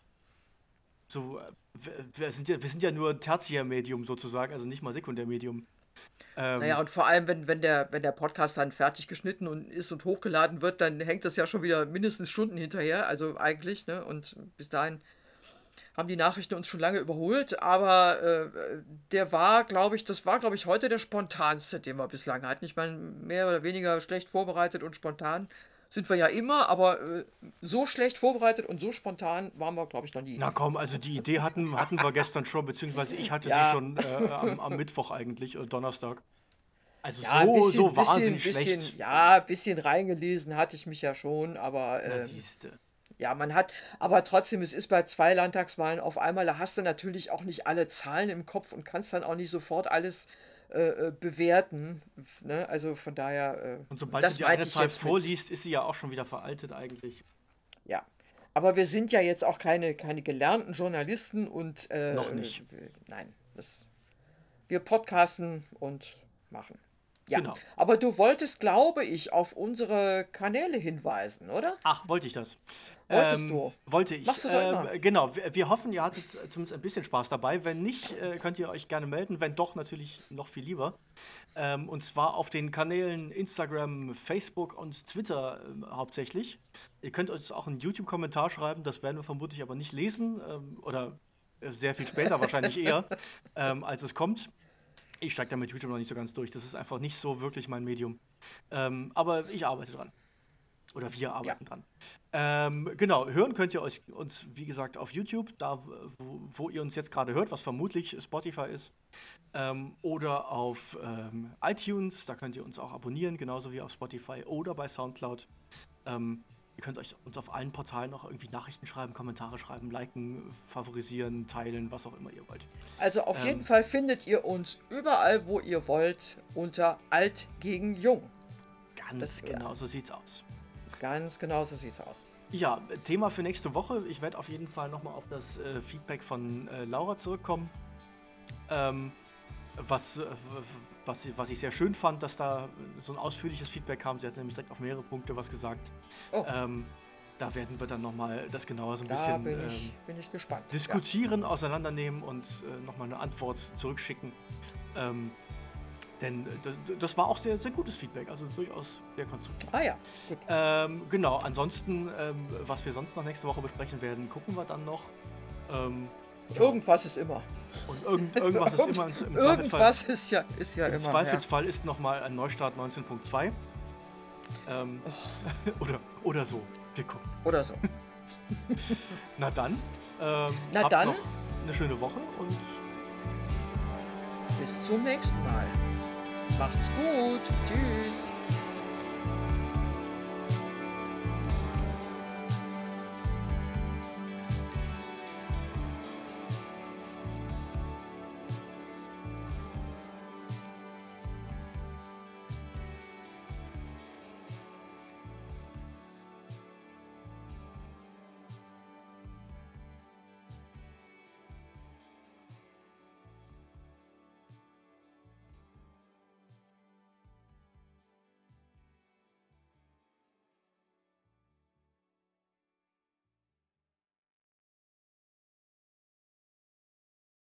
so, äh, wir, wir, sind ja, wir sind ja nur Tertiärmedium sozusagen, also nicht mal Sekundärmedium. Naja, Ähm, und vor allem, wenn, wenn der, wenn der Podcast dann fertig geschnitten und ist und hochgeladen wird, dann hängt das ja schon wieder mindestens Stunden hinterher, also eigentlich, ne? Und bis dahin haben die Nachrichten uns schon lange überholt, aber äh, der war, glaube ich, das war, glaube ich, heute der spontanste, den wir bislang hatten. Ich meine, mehr oder weniger schlecht vorbereitet und spontan sind wir ja immer, aber äh, so schlecht vorbereitet und so spontan waren wir, glaube ich, noch nie. na komm, also die Idee hatten, hatten wir gestern schon, beziehungsweise ich hatte sie Ja, schon äh, am, am Mittwoch eigentlich, äh, Donnerstag. Also ja, ein so, bisschen, so bisschen, wahnsinnig bisschen, schlecht. ja, ein bisschen reingelesen hatte ich mich ja schon, aber Na ähm, siehste. ja, man hat, aber trotzdem, es ist bei zwei Landtagswahlen auf einmal, da hast du natürlich auch nicht alle Zahlen im Kopf und kannst dann auch nicht sofort alles äh, äh, bewerten. Ne? Also von daher, äh, Und sobald du das dir eine meinte ich Zahl jetzt mit, vorliest, ist sie ja auch schon wieder veraltet eigentlich. ja. Aber wir sind ja jetzt auch keine, keine gelernten Journalisten und äh, Noch äh, nicht. nein, das, wir podcasten und machen. Ja, Genau. aber du wolltest, glaube ich, auf unsere Kanäle hinweisen, oder? Ach, wollte ich das? Wolltest Ähm, du? wollte ich. Machst du doch Ähm, immer. genau, wir, wir hoffen, ihr hattet zumindest ein bisschen Spaß dabei. Wenn nicht, äh, könnt ihr euch gerne melden. Wenn doch, natürlich noch viel lieber. Ähm, und zwar auf den Kanälen Instagram, Facebook und Twitter ähm, hauptsächlich. Ihr könnt uns auch einen YouTube-Kommentar schreiben, das werden wir vermutlich aber nicht lesen. Ähm, oder äh, sehr viel später wahrscheinlich eher, ähm, als es kommt. Ich steige da mit YouTube noch nicht so ganz durch. Das ist einfach nicht so wirklich mein Medium. Ähm, aber ich arbeite dran. Oder wir Ja. arbeiten dran. Ähm, genau, hören könnt ihr euch uns, wie gesagt, auf YouTube, da wo, wo ihr uns jetzt gerade hört, was vermutlich Spotify ist. Ähm, oder auf ähm, iTunes, da könnt ihr uns auch abonnieren, genauso wie auf Spotify oder bei Soundcloud. Ähm, ihr könnt euch uns auf allen Portalen noch irgendwie Nachrichten schreiben, Kommentare schreiben, liken, favorisieren, teilen, was auch immer ihr wollt. Also auf jeden Ähm, Fall findet ihr uns überall, wo ihr wollt, unter Alt gegen Jung. ganz Das, ja, genau so sieht's aus. ganz genau so sieht's aus. Ja, Thema für nächste Woche. Ich werde auf jeden Fall nochmal auf das äh, Feedback von äh, Laura zurückkommen. Ähm, was, äh, was, was ich sehr schön fand, dass da so ein ausführliches Feedback kam. Sie hat nämlich direkt auf mehrere Punkte was gesagt. Oh, Ähm, da werden wir dann nochmal das genauer so ein da bisschen bin ähm, ich, bin ich gespannt. Ja. diskutieren, auseinandernehmen und äh, nochmal eine Antwort zurückschicken. Ähm, denn äh, das, das war auch sehr, sehr gutes Feedback, also durchaus sehr konstruktiv. Ah ja, gut. Ähm, genau, ansonsten, ähm, was wir sonst noch nächste Woche besprechen werden, gucken wir dann noch. Ähm, ja, Irgendwas ist immer. und irgend, irgendwas ist immer im Zweifelsfall. Irgendwas ist ja, ist ja Im immer. Ja. Zweifelsfall ist nochmal ein Neustart neunzehn Punkt zwei. Ähm, oder, oder so. Wir gucken. Oder so. Na dann, ähm, Na habt dann. noch eine schöne Woche und Bis zum nächsten Mal. Macht's gut. Tschüss.